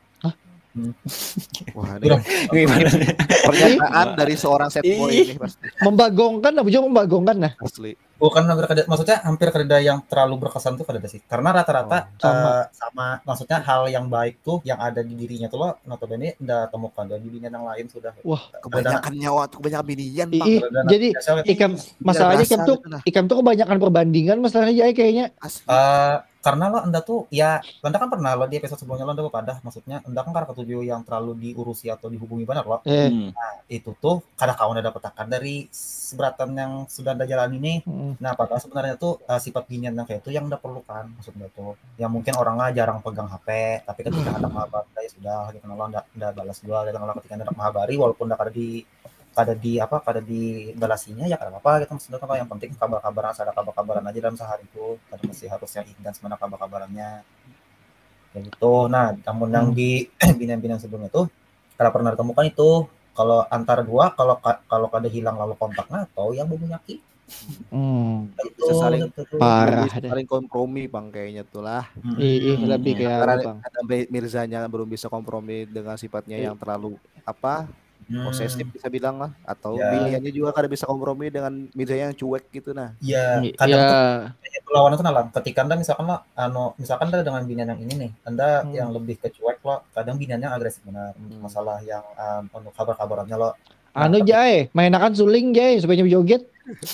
Wah, ini pernyataan dari seorang set boy ini pasti.
Membagongkan lah.
Asli.
Bukan maksudnya hampir kada yang terlalu berkesan tuh kada sih. Karena rata-rata sama maksudnya hal yang baik tuh yang ada di dirinya tuh lo notabene udah temukan di binian yang lain sudah.
Wah,
kebanyakan binian
Bang. Jadi masalahnya Ikam tuh kebanyakan perbandingan masalahnya kayaknya.
Karena lo anda tuh ya anda kan pernah lo di episode sebelumnya lo anda pada maksudnya anda kan karena ketujuh yang terlalu diurusi atau dihubungi benar lo. Nah itu tuh kadang kau udah dapat akan dari seberatan yang sudah anda jalani nih. Nah padahal sebenarnya tuh sifat binian yang kayak itu yang anda perlukan maksudnya tuh yang mungkin orangnya jarang pegang HP tapi ketika ada mahabari ya sudah gitu lo anda balas gua gitu kalau ketika ada mahabari walaupun anda kada di balasinya ya kada apa gitu maksudnya kalau yang penting kabar-kabaran ada kabar-kabaran aja dalam sehari itu kada masih harusnya intens mana kabar-kabarannya kayak gitu. Nah namun yang di binian sebelumnya tuh kada pernah ditemukan itu kalau antara dua kalau kada hilang lalu kontaknya atau yang menyakit
itu
parah
saling kompromi bang kayaknya tuh lah.
Lebih kayak
bang. Mirzanya belum bisa kompromi dengan sifatnya yang terlalu posesif bisa bilang lah atau biniannya juga kada bisa kompromi dengan Mirza yang cuek gitu nah.
Iya, kadang tuh perlawanan itu nalang. Ketika Anda misalkan lah, misalkan Anda dengan binian yang ini nih, Anda yang lebih ke cuek lo, kadang biniannya agresif benar. Masalah yang kabar-kabarannya lo.
Anu Jai, mainakan suling Jai supaya joget.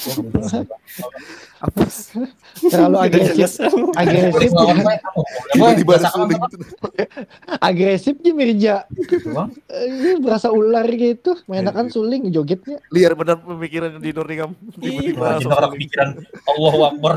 Terlalu agresif agresif sih Mirja. Berasa ular gitu, mainakan suling jogetnya.
Liar benar pemikiran di Nur nih kamu.
Tiba-tiba orang pikiran Allahu Akbar,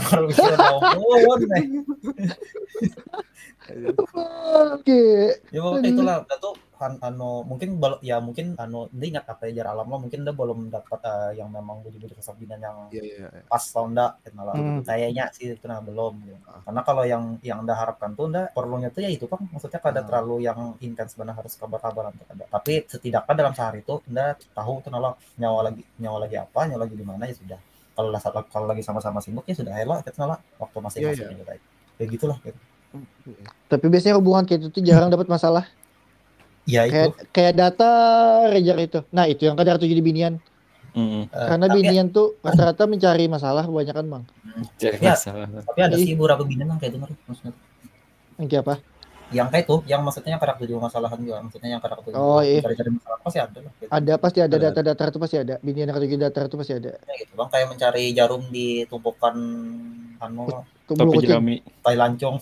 Oke.
Ya pokoknya itulah, itu mungkin dia ingat apa ya jar alam lo, mungkin dia belum dapat yang memang budi-budi kesabinan yang pas lo ndak kayaknya sih itu belum gitu. Karena kalau yang anda harapkan tuh ndak perlunya tuh ya itu kan, maksudnya kada terlalu yang intens benar harus kabar-kabaran tuh ada, tapi setidaknya dalam sehari itu anda tahu tuh nalo nyawa lagi apa, nyawa lagi di mana, ya sudah. Kalau lagi sama-sama sibuk ya sudah hello kita nalo waktu masing-masing juga kayak gitulah gitu.
Tapi biasanya hubungan kayak itu tuh jarang dapat masalah.
Ya itu
kayak data Rejar itu. Nah itu yang kadang terjadi di binian. Karena binian tuh rata-rata mencari masalah kebanyakan Bang.
Cari masalah.
Tapi ada sih beberapa binian yang kayak itu maksudnya.
Yang kayak apa?
Yang kayak itu, yang maksudnya yang kadang tujuh masalahan juga, maksudnya yang kadang tujuh cari masalah pasti ada lah. Gitu.
Ada pasti ada data itu pasti ada. Binian yang tujuh data itu pasti ada.
Ya gitu Bang, kayak mencari jarum di tumpukan
topi jerami,
tai lancong.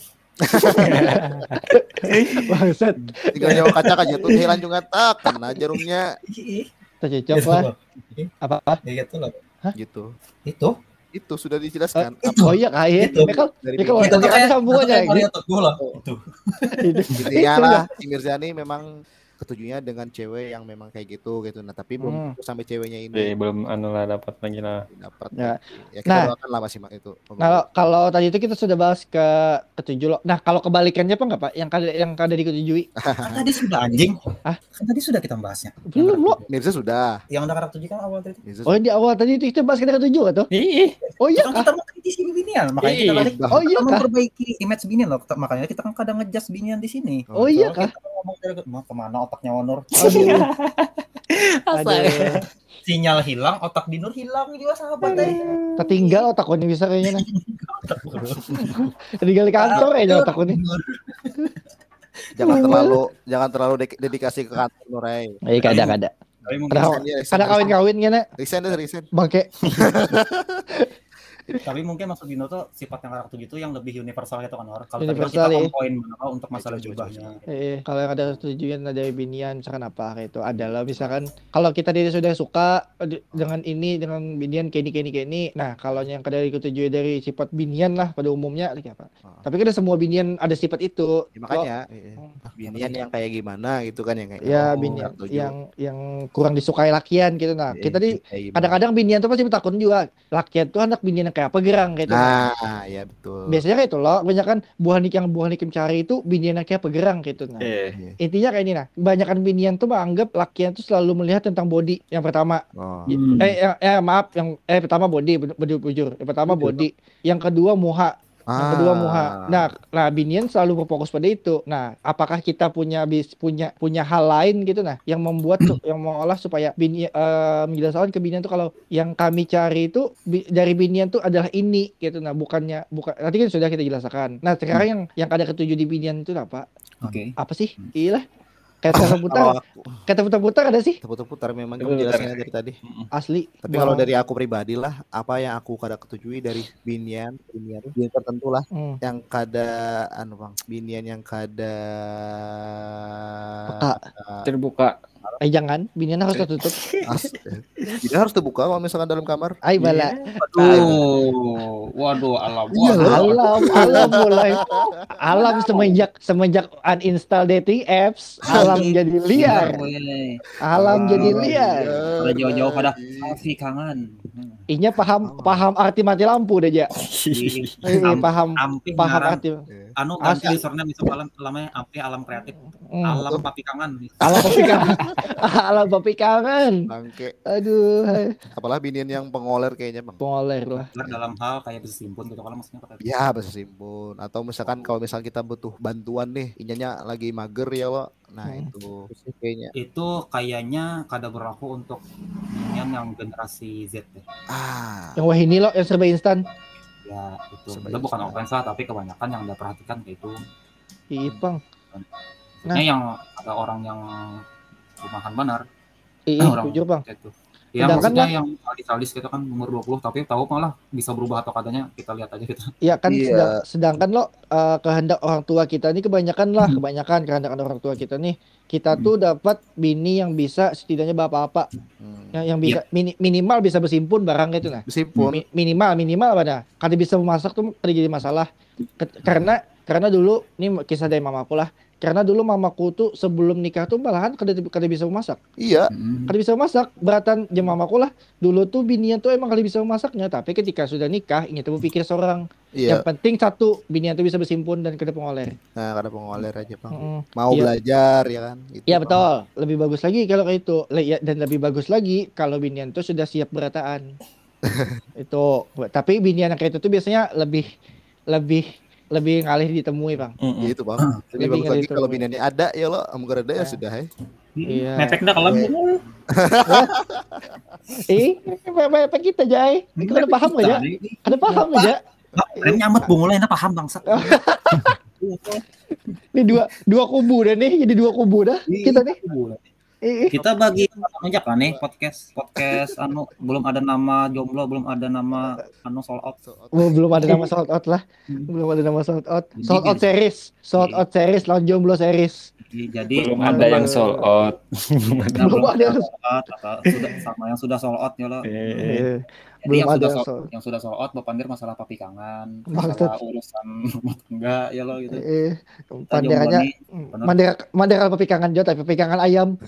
Bangsat.
Tinggal nyawa kaca aja tuh lancung atak karena jarumnya.
Tercocok lah. Apa?
Ya gitu lah.
Gitu. Itu sudah dijelaskan.
Oh iya kayak itu. Kalau ada sambungannya gitu.
Intinya lah si Mirzani memang ketujuhnya dengan cewek yang memang kayak gitu. Nah tapi belum sampai ceweknya ini.
Belum dapat lagi lah.
Dapat. Ya kita doakan lah masih itu.
Nah kalau tadi itu kita sudah bahas ketujuh loh. Nah kalau kebalikannya apa enggak Pak? Yang kada diketujui?
Kan tadi sudah anjing. Kan tadi sudah kita bahasnya.
Belum loh.
Mirza sudah.
Yang udah karakter kan awal tadi.
Oh di awal tadi itu kita bahas kita ketujuh kan tuh? Oh iya.
Kan kita mau kritisi binian, makanya kita balik.
Oh iya.
Memperbaiki image binian loh. Makanya kita kan kadang ngejudge binian di sini.
Oh iya kah?
Mau kemana otaknya Nur?
Aduh.
Sinyal hilang, otak di Nur hilang juga sahabat
Tertinggal otak ini bisa kayaknya nih. Tertinggal di kantor aja otak ini.
Jangan terlalu dedikasi ke kantor Nur.
Iya kada. Kada kawin-kawin gini.
Resign.
Bangke.
Tapi mungkin maksud Dino tuh sifat yang karakter gitu yang lebih universal gitu kan Or. Kalau
universal,
kita poin untuk masalah jubahnya.
Kalau yang ada setujuan dari binian misalkan apa kayak itu adalah misalkan kalau kita sudah suka dengan binian kayak ini. Nah, kalau yang kada diketujui dari sifat binian lah pada umumnya kayak apa. Tapi kan semua binian ada sifat itu.
Ya, makanya binian yang kayak gimana gitu kan yang kayak.
Ya binian yang kurang disukai lakian gitu. Nah, kita kadang-kadang binian tuh pasti takut juga. Lakian tuh anak binian yang kayak apa gerang gitu.
Nah, ya betul.
Biasanya kayak itu loh, kebanyakan buah nikim cari itu binian yang kayak apa gerang gitu. Nah, intinya kayak ini nah, kebanyakan binian tuh menganggap lakian tuh selalu melihat tentang body. Yang pertama, pertama body, bujur. Yang pertama body, yang kedua muha. Nah, binian selalu berfokus pada itu. Nah, apakah kita punya hal lain gitu nah yang membuat yang mengolah supaya menjelaskan ke binian tuh kalau yang kami cari itu dari binian tuh adalah ini gitu. Nah, bukan nanti kan sudah kita jelaskan. Nah, sekarang yang ada ketujuh di binian itu apa? Apa sih? Iyalah. Kayak putar ada sih?
Putar memang kamu jelasnya dari tadi.
Asli.
Tapi kalau dari aku pribadi lah, apa yang aku kada ketujui dari binian tertentu lah, yang kada binian yang kada
terbuka.
Jangan, binian harus tertutup.
Binian harus terbuka kalau misalkan dalam kamar.
Bala.
Waduh, alam
mulai. Alam semenjak uninstall dating apps, alam jadi liar.
Pada jauh-jauh pada Alfi kangen.
Inya paham arti mati lampu deh aja. Paham arti.
Ganti usernya misalnya namanya alam kreatif. Alam papi kangen.
Alam papi kangen.
Bangke.
Aduh.
Apalah binian yang pengoler kayaknya Bang.
Pengoler lah.
Dalam hal kayak bisa simpun gitu kalau maksudnya
ya bisa simpun atau misalkan kalau misalkan kita butuh bantuan nih inyanya lagi mager ya Wak. Nah itu kayaknya kada berlaku untuk yang generasi Z deh.
Yang wah ini loh yang serba instan.
Ya itu udah bukan offense lah, tapi kebanyakan yang udah perhatikan kayak itu.
Iya Bang.
Nah yang ada orang yang rumahan benar.
Iya jujur Bang.
Itu. Ya maksudnya yang sadis kita kan umur 20 tapi tahu malah bisa berubah atau katanya kita lihat aja kita.
Iya kan sedangkan lo kehendak orang tua kita ini kebanyakan kehendak orang tua kita nih, kita tuh dapat bini yang bisa setidaknya bapak-bapak. Yang bisa minimal bisa bersimpun barang gitu nah.
Bersimpun.
Minimal apa dah? Kada bisa memasak tuh kada jadi masalah. Karena dulu ini kisah dari mamaku lah. Karena dulu mamaku tuh sebelum nikah tuh malahan kada bisa memasak.
Iya.
Kada bisa memasak. Beratan jam mamaku lah. Dulu tuh binian tuh emang kada bisa memasaknya. Tapi ketika sudah nikah, ingin tuh berpikir seorang. Yang penting satu, binian tuh bisa bersimpun dan kada pengoler.
Nah, kada pengoler aja Bang. Mau belajar ya kan.
Iya betul. Lebih bagus lagi kalau kayak itu. Dan lebih bagus lagi kalau binian tuh sudah siap berataan. Itu. Tapi binian yang kayak itu tuh biasanya lebih ngalih ditemui Bang.
Gitu Bang. Lebih bagus lagi kalau biniannya ada ya lo, amun ada ya sudah ya.
Iya.
Mepek dah kalau
mepek kita Jai. Kita udah paham aja. Ada paham aja.
Rem nyambut bungulnya enak paham bangsat.
Ini dua kubu dah nih, jadi dua kubu dah kita nih.
Kita bagi aja kan nih podcast belum ada nama jomblo, belum ada nama sold out.
Belum ada nama sold out lah. Belum ada nama sold out. Sold out series lawan jomblo series.
Jadi
belum ada yang sold out.
Belum ada yang
sold out sudah sama yang sudah sold out ya lo.
Belum ada
yang sudah sold out Bapak Pandir masalah papikangan, masalah urusan rumah tangga ya lo gitu.
Pandirannya Mandira papikangan jo tapi papikangan ayam.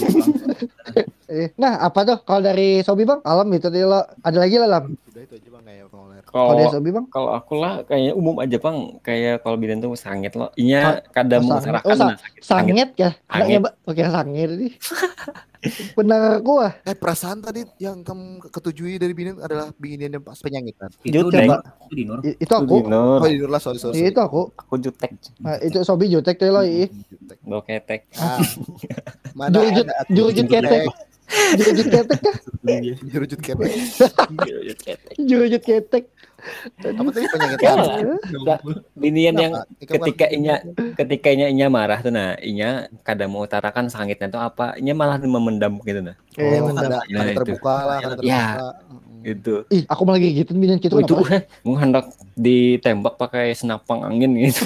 Nah, apa tuh kalau dari Sobi Bang? Alam itu tadi lo ada lagi lah Lam.
Udah itu aja Bang kayak pengoler.
Kalau dari Sobi Bang?
Kalau aku lah kayaknya umum aja Bang, kayak kalau bidan tuh sangit lo. Inya kadang mengutarakan
sangit ya. Anaknya oke sangit nih. Benar gua.
Perasaan tadi yang kamu ketujui dari binian adalah binian yang pas penyangitan.
Itu aku.
Oh, Dinur lah, sorry.
Itu aku.
Aku jutek.
Nah, itu Sobi jutek tuh lo.
Lo ketek.
Mana
jurujut ketek. Jurujut ketek kah?
Jurujut ketek.
Jurujut ketek.
Apa tadi penyangitan?
Binian yang ketika inya marah tuh nah, inya kadang mau utarakan sangitnya tuh apa, inya malah memendam gitu nah.
Ada terbuka lah, ada terbuka.
Ya, gitu.
Ih, aku malah gitu binian gitu.
Itu mau hendak ditembak pakai senapang angin gitu.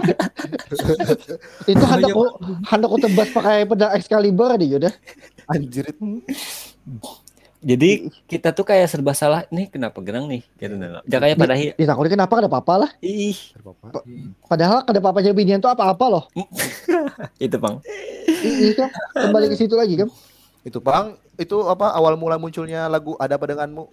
Itu handakku tebas pakai pedang Excalibur deh udah.
Anjir.
Jadi kita tuh kayak serba salah nih, kenapa gerang nih gitu loh. Jangan kayak pada
ditakutin kenapa ada apa-apa lah. Padahal ada apa-apanya binian tuh apa-apa loh.
Itu Bang.
Kan kembali ke situ lagi kan.
Itu Bang, itu apa awal mula munculnya lagu Ada Apa Denganmu?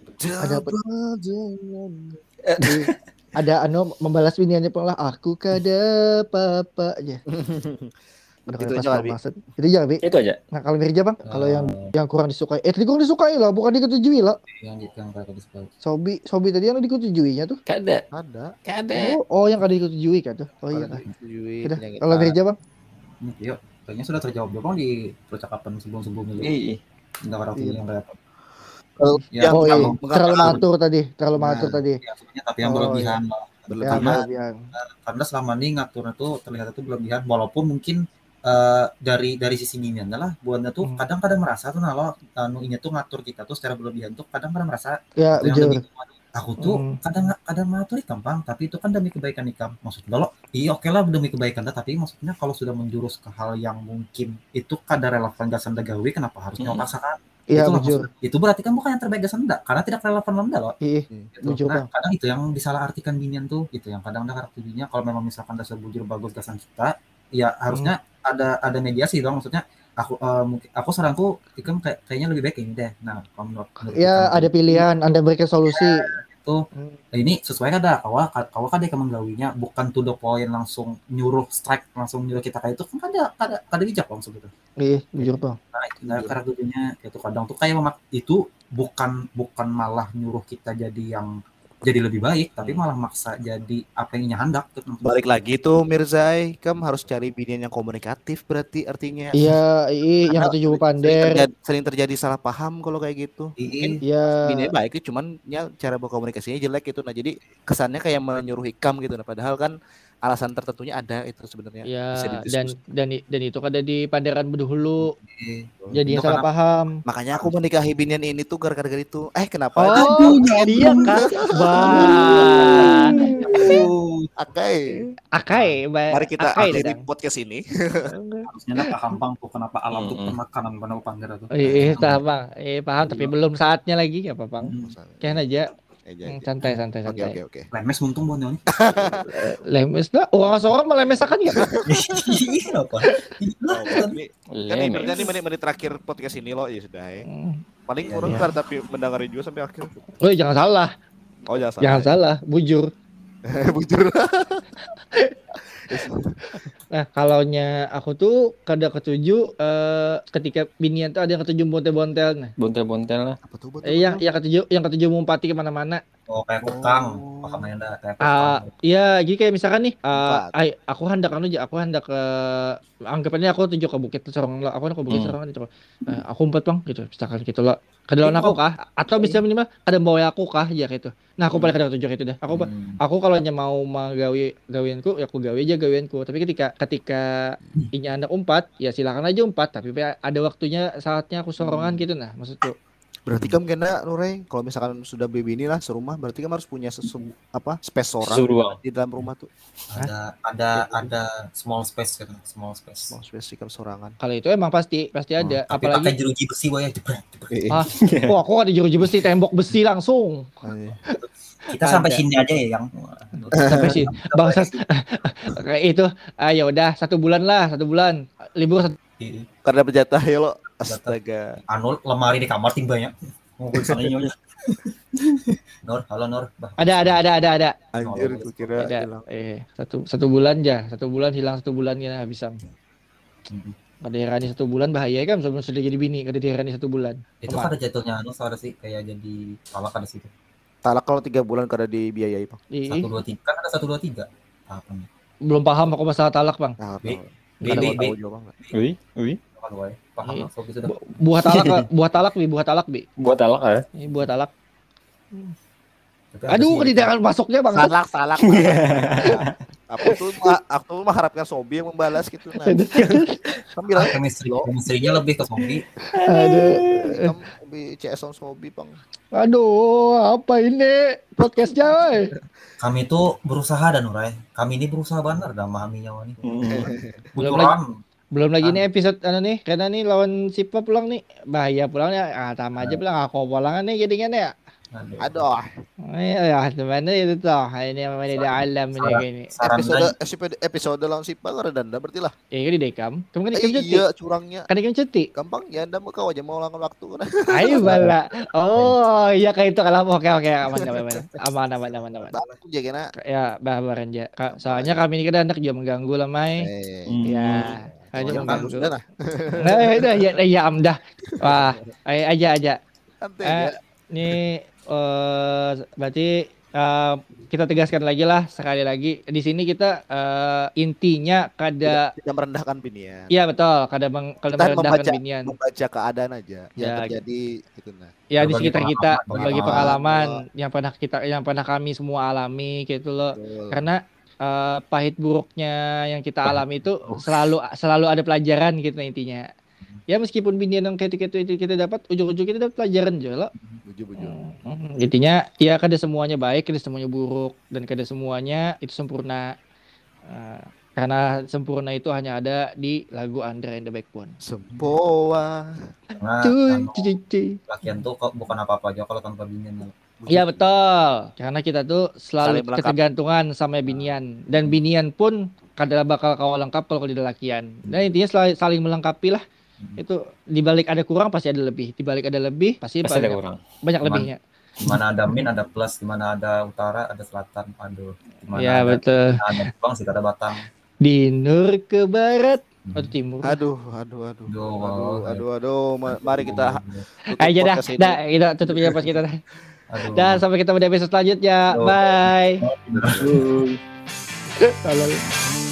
Ada membalas biniannya pula aku kada apa-apa aja.
Itu aja
maksud. Itu aja, Bi.
Itu aja.
Nah, kalau Mirja Bang, kalau yang kurang disukai. Tadi kurang disukai lah, bukan diketujui lah.
Yang kagak disukai.
Sobi tadi yang diketujuinya tuh.
Kada. Oh,
yang kada diketujui kan tuh. Oh iya. Kalau Mirja Bang?
Yuk, kayaknya sudah terjawab Bang di percakapan sebelum-sebelumnya.
Iya.
Enggak ada yang kayak
terlalu matur tadi.
Ya, tapi yang berlebihan. Karena selama ini ngaturnya tuh terlihat itu berlebihan, walaupun mungkin dari sisi binian adalah buatnya tuh kadang-kadang merasa tuh kalau ini tuh ngatur kita tuh secara berlebihan tuh kadang-kadang merasa aku tuh kadang ngatur gampang, tapi itu kan demi kebaikan ikam. Maksudnya lo, iya oke lah demi kebaikan, tapi maksudnya kalau sudah menjurus ke hal yang mungkin itu kadar relevan gak sanda gawe, kenapa harus paksakan?
Iya,
itu berarti kan bukan yang terbaik gak karena tidak relevan landa loh.
Gitu.
Nah, kadang itu yang disalahartikan binian tuh, itu yang kadang ada karakternya. Kalau memang misalkan dasar bujur bagus gasan kita, ya harusnya ada mediasi dong. Maksudnya aku saranku ikam kayaknya lebih baik ini deh. Nah, kalau menurut
ya ada pilihan, Anda berikan solusi.
Itu ini sesuai kada kawak kada menggawinya, bukan to the point langsung nyuruh strike, langsung nyuruh kita kayak itu kan kada bijak langsung gitu.
Iya, jujur Bang.
Nah, itu karakternya itu kadang tuh kayak itu bukan malah nyuruh kita jadi yang jadi lebih baik, tapi malah maksa jadi apa yang hendak tuh.
Balik lagi tuh Mirzai, kamu harus cari binian yang komunikatif berarti artinya.
Iya, yang ketujuh pander.
Sering terjadi salah paham kalau kayak gitu.
Iya.
Binian baik cuman cara berkomunikasinya jelek gitu. Nah, jadi kesannya kayak menyuruh hikam gitu. Nah, padahal kan alasan tertentunya ada itu sebenarnya.
Ya, dan itu ada di panderan bedahulu. Jadi salah paham.
Makanya aku menikahi binian ini tuh gara-gara itu. Kenapa?
Oh, iya kan? Wah. Akai.
Mari kita akhiri podcast ini.
Harusnya paham bang tuh kenapa alam tuh penekanan pada pandera tuh.
Paham tapi belum saatnya lagi apa bang? Kian aja. Santai.
Oke.
Lemes untung bonon.
Lemes lah. Orang seorang melemes akan ya.
Iya apa?
Kan ini menit terakhir podcast ini loh ya sudah. Paling kurang tapi mendengarin juga sampai akhir.
Oh jangan salah. Jangan salah. Bujur.
Bujur.
Nah kalaunya aku tuh kada ketujuh ketika binian tuh ada yang ketujuh bontel-bontel. Nah
bontel lah
apa tuh
yang ketujuh ngumpati kemana-mana.
Oh kayak kukang pahamnya dah kayak kukang.
Iya jadi kayak misalkan nih aku hendak ke anggapannya aku tuju ke bukit Sorong lah, aku ke bukit Sorong itu aku umpet bang gitu misalkan gitu lah kedalaman aku kah atau bisa minimal ada bawa aku kah ya gitu. Nah aku paling kada tuju itu dah aku kalau mau gawianku ya aku gawi aja gawianku, tapi ketika ini anak umpat ya silakan aja umpat, tapi ada waktunya saatnya aku sorongan gitu. Nah maksudku
berarti kamu kena Nurey kalau misalkan sudah bini lah serumah berarti kamu harus punya space seorang di dalam rumah tuh.
Ada small space gitu, small space
di sorangan.
Kalau itu emang pasti ada. Apalagi
pakai jeruji besi boy.
Aku ada jeruji besi, tembok besi langsung.
Kita sampai sini aja ya yang
sampai sini bangsat kayak itu. Ya udah 1 bulan libur
karena berjatah ya lo. Astaga.
Lemari di kamar tim banyak. Ngumpul sana nyonya. Halo Nur.
Ada.
Anjir aku kira
hilang. Satu bulan aja. 1 bulan hilang 1 bulan ya bisa. Kada dirani 1 bulan bahaya kan sebelum sudah jadi bini kada dirani 1 bulan.
Itu kada jatuhnya ada sih kayak jadi talak ada situ.
Talak kalau 3 bulan kada dibiayai, Bang.
1 2 3 kan ada 1 2 3. Tahapannya.
Belum paham aku masalah talak, Bang.
Paham Sobi sudah.
Buah talak bi.
Buah talak ya?
Buah talak. Aduh, tidak masuknya Bang.
Salak. Aku mengharapkan Sobi yang membalas gitu. Nah. Kamu bilang
chemistry-nya lebih ke Sobi.
Aduh.
Kamu lebih CS on Sobi, Bang.
Aduh, apa ini podcastnya, woy?
Kami tuh berusaha dan Nurai. Kami ini berusaha benar dah memahami nyawa nih.
Belum lagi nih episode nih karena nih lawan Sipa pulang nih. Bahaya pulangnya. Sama aja pulang aku pulangan nih jadinya ya.
Aduh.
Ya, gimana itu tuh? Ini memang di alam ini gini.
Episode lawan Sipa redanda berarti lah.
Ya ini dekam. Kamu kan ikut cuti.
Iya, curangnya.
Kan ikut cuti.
Gampang ya, Anda mau kau aja mau ulangan waktu kan.
Ayo bala. Oh, iya kayak itu kalau oke aman.
Aku jaga
ya babaran aja. Soalnya kami ini kan anak juga mengganggu lah, Mai. Ya. Hanya mengganggu. Nah, ya amdah. Wah, aja. Ini berarti kita tegaskan lagi lah sekali lagi di sini kita intinya kada
tidak merendahkan binian.
Iya betul, kada merendahkan binian.
Membaca keadaan aja yang terjadi gitu nah.
Ya di sekitar kita berbagi pengalaman yang pernah kami semua alami gitu loh. Karena pahit buruknya yang kita alami itu selalu ada pelajaran gitu intinya. Ya meskipun binian yang kayak itu kita dapat ujung-ujung kita dapat pelajaran juga loh. Intinya ya kada semuanya baik, kada semuanya buruk, dan kada semuanya itu sempurna. Karena sempurna itu hanya ada di lagu Andre and the Backbone.
Sempoa.
Lakian tuh bukan apa-apa aja kalau tanpa binian.
Iya betul. Karena kita tuh selalu ketergantungan sama binian, dan binian pun kada bakal kau lengkap kalau tidak lakian. Dan intinya saling melengkapi lah. Itu dibalik ada kurang pasti ada lebih, dibalik ada lebih pasti
ada kurang.
Banyak lebihnya.
Di mana ada min ada plus, di mana ada utara ada selatan, aduh.
Ya betul.
Ada Bang sih ada Batang.
Di nur ke barat atau timur.
Aduh. Mari kita
aja dah kita tutup ya pas kita dah. Dan sampai ketemu di episode selanjutnya. Bye.
Halo.